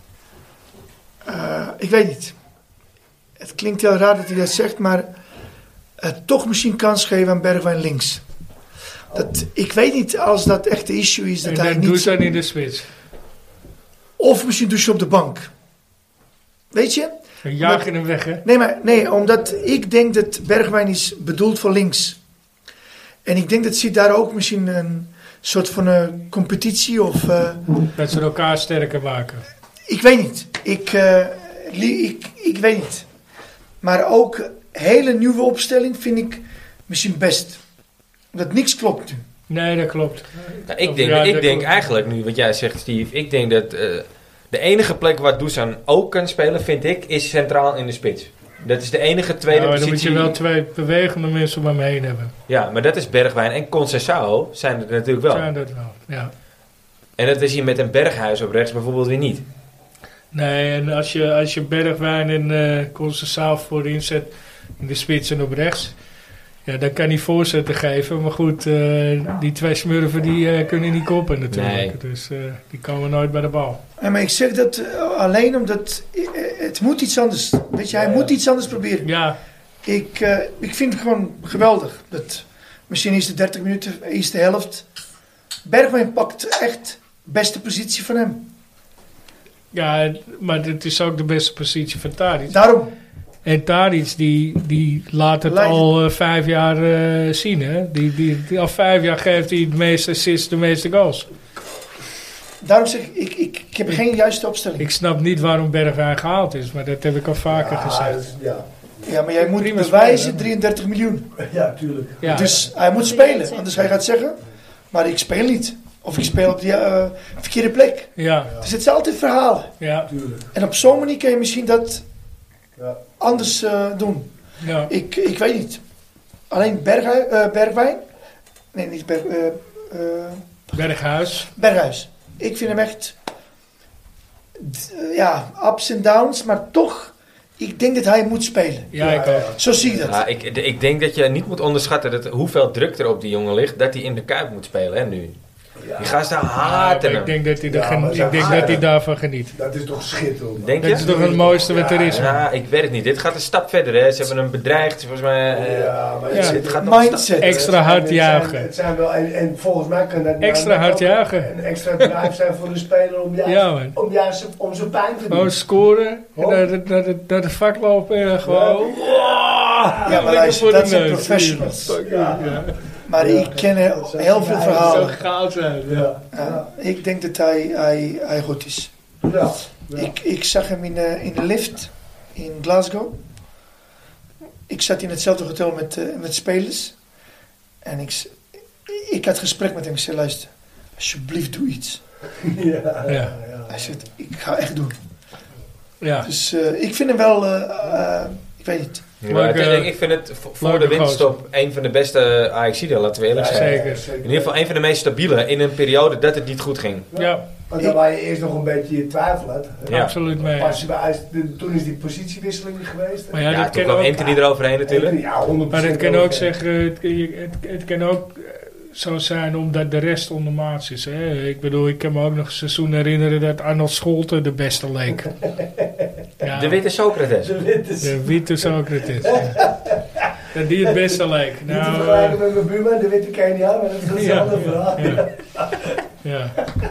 uh, ik weet niet. Het klinkt heel raar dat hij dat zegt, maar... Uh, toch misschien kans geven aan Bergwijn links. Dat, ik weet niet als dat echt de issue is. Dat En hij dan niet... doet hij in de switch. Of misschien doe je op de bank. Weet je? Dan jaag je hem weg, hè? Nee, maar nee, omdat ik denk dat Bergwijn is bedoeld voor links. En ik denk dat ze daar ook misschien een soort van een competitie of... Uh, Dat ze elkaar sterker maken. ik weet niet. Ik, uh, li- ik, ik weet niet. Maar ook hele nieuwe opstelling vind ik misschien best. Omdat niks klopt nu. Nee, dat klopt. Nou, ik Of denk, ja, ik dat denk klopt. eigenlijk nu, wat jij zegt, Steve, ik denk dat uh, de enige plek waar Dusan ook kan spelen, vind ik, is centraal in de spits. Dat is de enige tweede Nou, dan positie. moet je wel twee bewegende mensen om hem heen hebben. Ja, maar dat is Bergwijn en Conceição zijn er natuurlijk wel. Zijn dat wel, ja. En dat is hier met een Berghuis op rechts bijvoorbeeld weer niet. Nee, en als je, als je Bergwijn en uh, Conceição voorin zet in de spits en op rechts, ja, dan kan hij voorzetten geven. Maar goed, uh, die twee smurfen die uh, kunnen niet koppen natuurlijk. Nee. Dus uh, die komen nooit bij de bal. Ja, maar ik zeg dat uh, alleen omdat... Uh, het moet iets anders. Weet je, hij Ja. moet iets anders proberen. Ja, Ik, uh, ik vind het gewoon geweldig. Dat misschien is de dertig minuten, eerste helft. Bergwijn pakt echt de beste positie van hem. ja, maar het is ook de beste positie van Tadic. Daarom. En Tadic die, die laat het Leidt- al uh, vijf jaar uh, zien. Hè? Die, die, die, al vijf jaar geeft hij de meeste assists, de meeste goals. Daarom zeg ik, ik, ik, ik heb geen juiste opstelling. Ik snap niet waarom Bergwijn gehaald is, maar dat heb ik al vaker Ja, gezegd. dus, ja. Ja, maar jij moet Prima bewijzen speler, hè? drieëntertig miljoen. ja, tuurlijk. Ja. Dus hij moet spelen. Anders hij gaat zeggen, maar ik speel niet. Of ik speel op die uh, verkeerde plek. Ja, Dus het zijn altijd verhalen. ja, Tuurlijk. En op zo'n manier kan je misschien dat Ja. anders uh, doen. ja. Ik, ik weet niet. Alleen Berghui- uh, Bergwijn. Nee, niet Berg, uh, uh, Berghuis. Berghuis. Ik vind hem echt... d- uh, ja, ups en downs. Maar toch, ik denk dat hij moet spelen. Ja, ik ook. Zo zie ik dat. Ja, ik, ik denk dat je niet moet onderschatten dat hoeveel druk er op die jongen ligt, dat hij in de Kuip moet spelen hè, nu. Ja. Die gasten Ja, haten maar hem. ik denk dat hij, er Ja, gen- maar ik zo- denk ah, dat ja. hij daarvan geniet. Dat is toch schitterend. man. Denk Dat is je? toch het mooiste wat er is. man. Ja, ik weet het niet. Dit gaat een stap verder. Hè. Ze hebben hem bedreigd. Volgens mij. eh, Ja, maar Ja. het, Het gaat nog een stap- Mindset. Extra het hard zijn- juichen. Het zijn wel, en, en volgens mij kan dat Extra nou hard ook juichen. Een extra drive zijn voor de speler om juist, Ja, man. om, juist om zijn pijn te doen. Gewoon scoren. En Oh. naar de, naar, de, naar de vak lopen en gewoon... Ja, maar Lekker luister, voor de dat zijn neus. professionals. Ja. Ja. Maar Ja. ik ken heel, heel veel Zo verhalen. gaaf zijn. Ja. Ja. Ja, ik denk dat hij, hij, hij goed is. Ja. Ja. Ik, ik zag hem in de, in de lift in Glasgow. Ik zat in hetzelfde hotel met, uh, met spelers. En ik, s- ik had gesprek met hem. Ik zei, luister, alsjeblieft doe iets. Ja. Ja. Hij zegt, ik ga echt doen. Ja. Dus uh, ik vind hem wel, uh, uh, ik weet niet. Ja, het is- Leuke- ik vind het v- voor leuke de winststop een van de beste Ajaxiden, laten we eerlijk Ja, zijn. Zeker. In ieder geval een van de meest stabiele in een periode dat het niet goed ging. Ja, Want dan waar je eerst nog een beetje twijfel had. Ja. absoluut mee. Pas je bij Ajax- de- toen is die positiewisseling niet geweest. Maar ja, Ja, dat toen kan kwam ook... Anthony eroverheen natuurlijk. Ja, honderd Maar procent het kan ook wel. zeggen, het, kan- je- het, het kan ook eh, zo zijn omdat de rest ondermaats is. Hè? Ik bedoel, ik kan me ook nog een seizoen herinneren dat Arnold Scholten de beste leek. Ja, De witte Socrates. De witte de witte Socrates. Ja. Dat die het beste leek. Niet te Nou, vergelijken eh, met mijn buurman, de witte Keniaan, maar dat is een Ja, ander verhaal. ja. ja.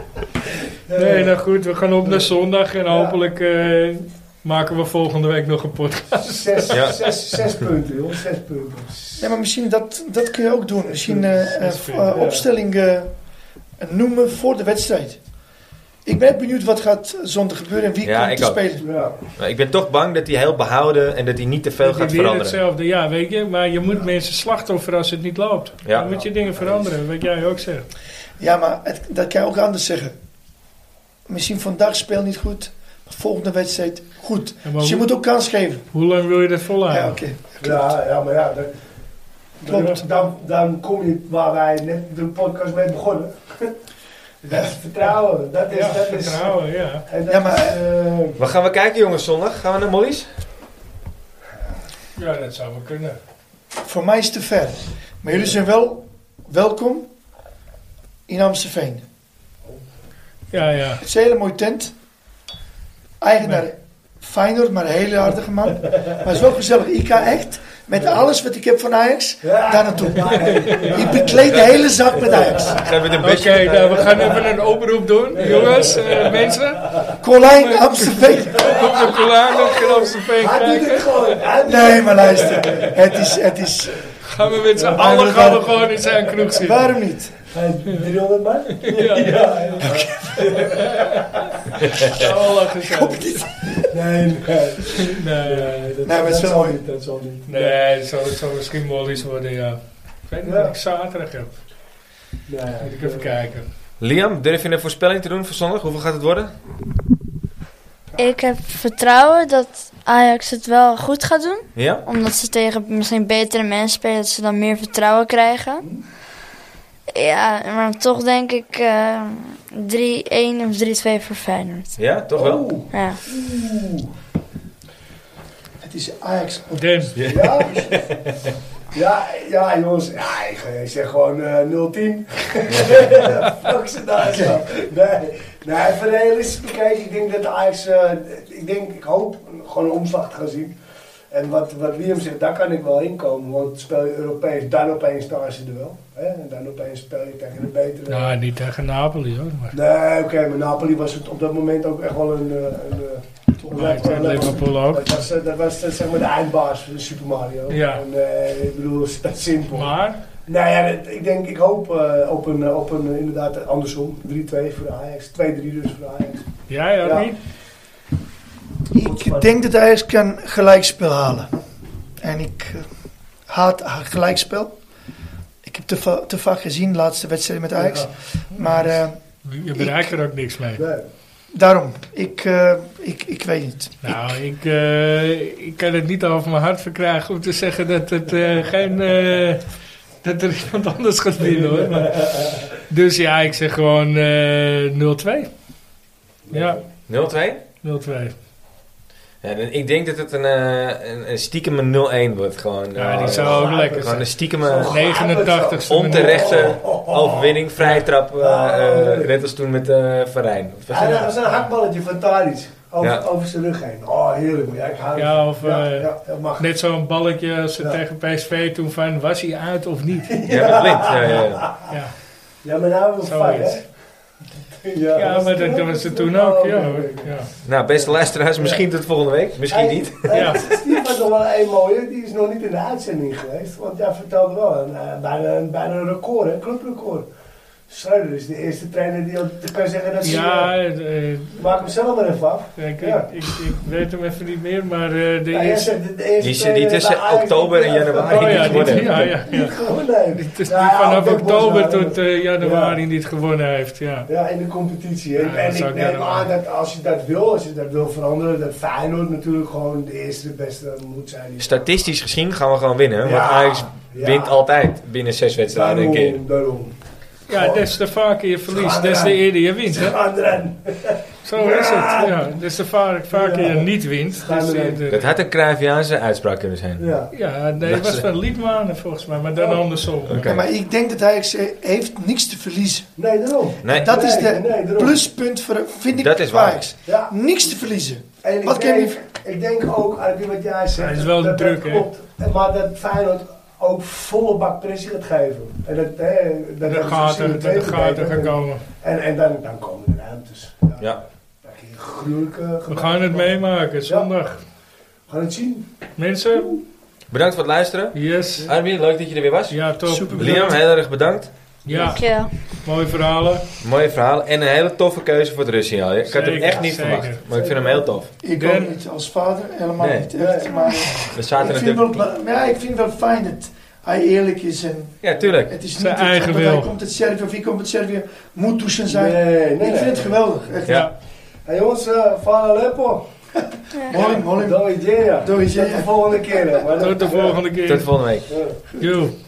Nee, nou goed, we gaan op naar zondag en hopelijk eh, maken we volgende week nog een podcast. Zes, Ja. zes, zes punten, joh. Zes punten. Ja, maar misschien dat, dat kun je ook doen. Misschien uh, uh, Zes uh, punten, opstelling uh, noemen voor de wedstrijd. Ik ben benieuwd wat gaat zondag gebeuren en wie Ja, komt ik te ook. spelen. Ja. Maar ik ben toch bang dat hij heel behouden en dat hij niet te veel Het gaat is weer veranderen. hetzelfde, ja, weet je. Maar je moet mensen slachtofferen als het niet loopt. Ja. Dan moet je dingen veranderen, wat jij ook zegt. Ja, maar het, dat kan je ook anders zeggen. Misschien vandaag speel niet goed, maar volgende wedstrijd goed. Ja, maar Dus je hoe, moet ook kans geven. hoe lang wil je dat volhouden? Ja, oké. Ja, ja, maar ja, dan, Klopt. Dan, dan kom je waar wij net de podcast mee begonnen. Dat is vertrouwen. Dat is, Ja, dat is, vertrouwen, ja. en dat Ja, maar- is, eh, Waar gaan we kijken jongens zondag? Gaan we naar Molly's? Ja, dat zou wel kunnen. Voor mij is het te ver. Maar jullie zijn wel welkom in Amstelveen. Ja, ja. Het is een hele mooie tent. Eigenaar Feyenoord, maar een hele aardige man. Maar het is wel gezellig. Ik ga echt met alles wat ik heb van Ajax daar naartoe. Ik bekleed de hele zak met Ajax. Gaan we de Oké, beetje... nou, we gaan even een oproep doen. Jongens, eh, mensen. Colijn Amstelveen. Op de Colaan nog in Amstelveen hij doet het kijken. gewoon. Hij doet Nee, maar luister. Het is, het is... Gaan we met z'n allen gaan we gewoon in zijn kroeg zitten. Waarom niet? Hij driehonderd man? Ja, ja. Oh, lachen zijn. Nee, nee. Nee, dat, Nee, maar het is dat wel zal mooi. niet. Dat zal niet. nee, het zal, het zal misschien Molly's worden, ja. Ik weet niet Ja. wat ik zaterdag heb. Nee, Moet ik even kijken. Liam, durf je een voorspelling te doen voor zondag? Hoeveel gaat het worden? Ik heb vertrouwen dat Ajax het wel goed gaat doen. Ja? Omdat ze tegen misschien betere mensen spelen, dat ze dan meer vertrouwen krijgen. Ja, maar toch denk ik eh drie een of drie twee voor Feyenoord. Ja, toch wel? Oeh, Ja. oeh. Het is Ajax. Den. Ja? Ja, ja, jongens. Ja, ik, ik zeg gewoon uh, nul tien. Fuck ze daar zo. Nee, nee, even realistisch bekijken. Ik denk dat Ajax, uh, ik denk, ik hoop gewoon een omslag te gaan zien. En wat, wat Liam zegt, daar kan ik wel in komen. Want speel je Europees, dan opeens staan ze er wel. Hè? En dan opeens speel je tegen de betere... Nou, niet tegen Napoli hoor. Maar Nee, oké, maar Napoli was het op dat moment ook echt wel een... uh, een uh, maar tegen Liverpool ook. Dat was, uh, dat was uh, zeg maar de eindbaas van Super Mario. Ja. En, uh, ik bedoel, dat is simpel. Maar, Nou ja, dat- ik denk, ik hoop uh, op een, uh, op een uh, inderdaad andersom. drie twee voor de Ajax. twee drie dus voor de Ajax. jij ook Ja. niet? Ik denk dat Ajax kan gelijkspel halen. En ik uh, haat ha- gelijkspel. Ik heb te, va- te vaak gezien de laatste wedstrijd met Ajax. Ja. Maar uh, Je bereikt er ook niks mee. Nee. daarom, ik, uh, ik, ik weet niet. Nou, ik, uh, ik kan het niet over mijn hart verkrijgen om te zeggen dat het uh, geen... Uh, dat er iemand anders gaat winnen hoor. Maar, dus ja, ik zeg gewoon uh, nul twee. Ja, nul twee? nul twee. Ja, dan- ik denk dat het een, eh, een, een stiekem een nul een wordt. Gewoon, Ja, eh, die zou ook lekker Gewoon zijn. een stiekem eh, negenentachtigste onterechte overwinning, vrije trap, eh, eh, net als toen met uh, Verijn. Wat was Ja, het dat nou? was een hakballetje van Tadic. Over, Ja. over zijn rug heen. Oh, heerlijk. Ja, ik hou Ja, of, ja, eh, ja, dat mag. Net zo'n balletje als ze Ja. tegen P S V toen van, was hij uit of niet? Ja, met blind. Ja, ja, ja. Ja, Ja, maar nou wil fijn, zoiets. hè? Ja, maar dat was ze toen ook. Ja, hoor. Ja. Nou, beste luisteraars, misschien tot volgende week. Misschien niet. Hey, Ja. Steve had nog wel een mooie, die is nog niet in de uitzending geweest. Want jij vertelde wel, een, uh, bijna, een- bijna een record, hè, clubrecord. Schreuder is de eerste trainer die al kan zeggen dat ze... Ja, uh, eh, maak hem zelf maar even af. ik, Ja. ik, ik weet hem even niet meer, maar eh, de Ja, jij eerste... zegt de, de eerste Die, die trainer tussen bij Ajax oktober die- en januari Oh ja, niet die, gewonnen. ja, ja, ja. Niet gewonnen heeft. Het is Ja, die ja, vanaf Big Boss oktober nou, tot eh, januari niet gewonnen heeft, ja. Ja, in de competitie. En, Ja, en dat zou ik ik neem wel aan doen. dat als je dat wil, als je dat wil veranderen, dat Feyenoord natuurlijk gewoon de eerste, de beste moet zijn. Die- Statistisch gezien gaan we gewoon winnen. Want Ja, Ajax ja. wint altijd binnen zes wedstrijden een keer. Daarom, daarom. Ja, des te vaker je verliest, des te eerder je wint, hè. Gaan erin. Zo is het, ja. Des te vaker, vaker je niet wint. Gaan Dus, erin. eh, Dat de- had een Cruyffiaanse uitspraak kunnen zijn. Ja. ja, nee, het was van Liedmanen volgens mij, maar dan Oh. andersom. Oké. Ja, maar ik denk dat Ajax eh, heeft niks te verliezen. Nee, daarom. Nee, Dat is Nee, de nee, daarom. pluspunt voor, vind ik, Dat is voor waar. Ajax. Ja. Niks te verliezen. En ik Wat kan denk, je- ik denk ook, uit wat jij zegt, Ja, het is wel dat, druk, dat hè? klopt. Maar dat Feyenoord ook volle bak pressie gaat geven. En dat, hè, dat De hebben ze gaten, gezien in de tweede gaten beker. gaan komen. En, en dan, dan komen de ruimtes. Ja. Ja. Dan kun je gruwelijke We gaan het meemaken, zondag. We gaan het zien. Mensen, Bedankt voor het luisteren. yes. Armin, leuk dat je er weer was. Ja, top. Super. Liam, heel erg bedankt. Ja, Dankjewel. mooie verhalen. Mooie verhaal. En een hele toffe keuze voor het Russiaal. Ik had hem Zeker, echt niet zeker. verwacht. Maar ik vind hem heel tof. Ik Den- ook niet als vader, helemaal Nee. niet echt. Maar We zaten ik vind, natuurlijk... wel, maar ja, ik vind wel fijn dat hij eerlijk is. En Ja, tuurlijk. het is Zijn niet dat- eigen want wil. hij komt uit Servië of ik kom uit Servië, moet tussen zijn. Nee, nee, ik nee. vind het geweldig. Echt. Ja. Hey jongens, uh, van Aleppo. Mooi, mooi. Doei, Jaya. Doei, Tot de Jaya. volgende keer. hè. Maar Tot de dat- volgende keer. Tot volgende week. Ja. Joe.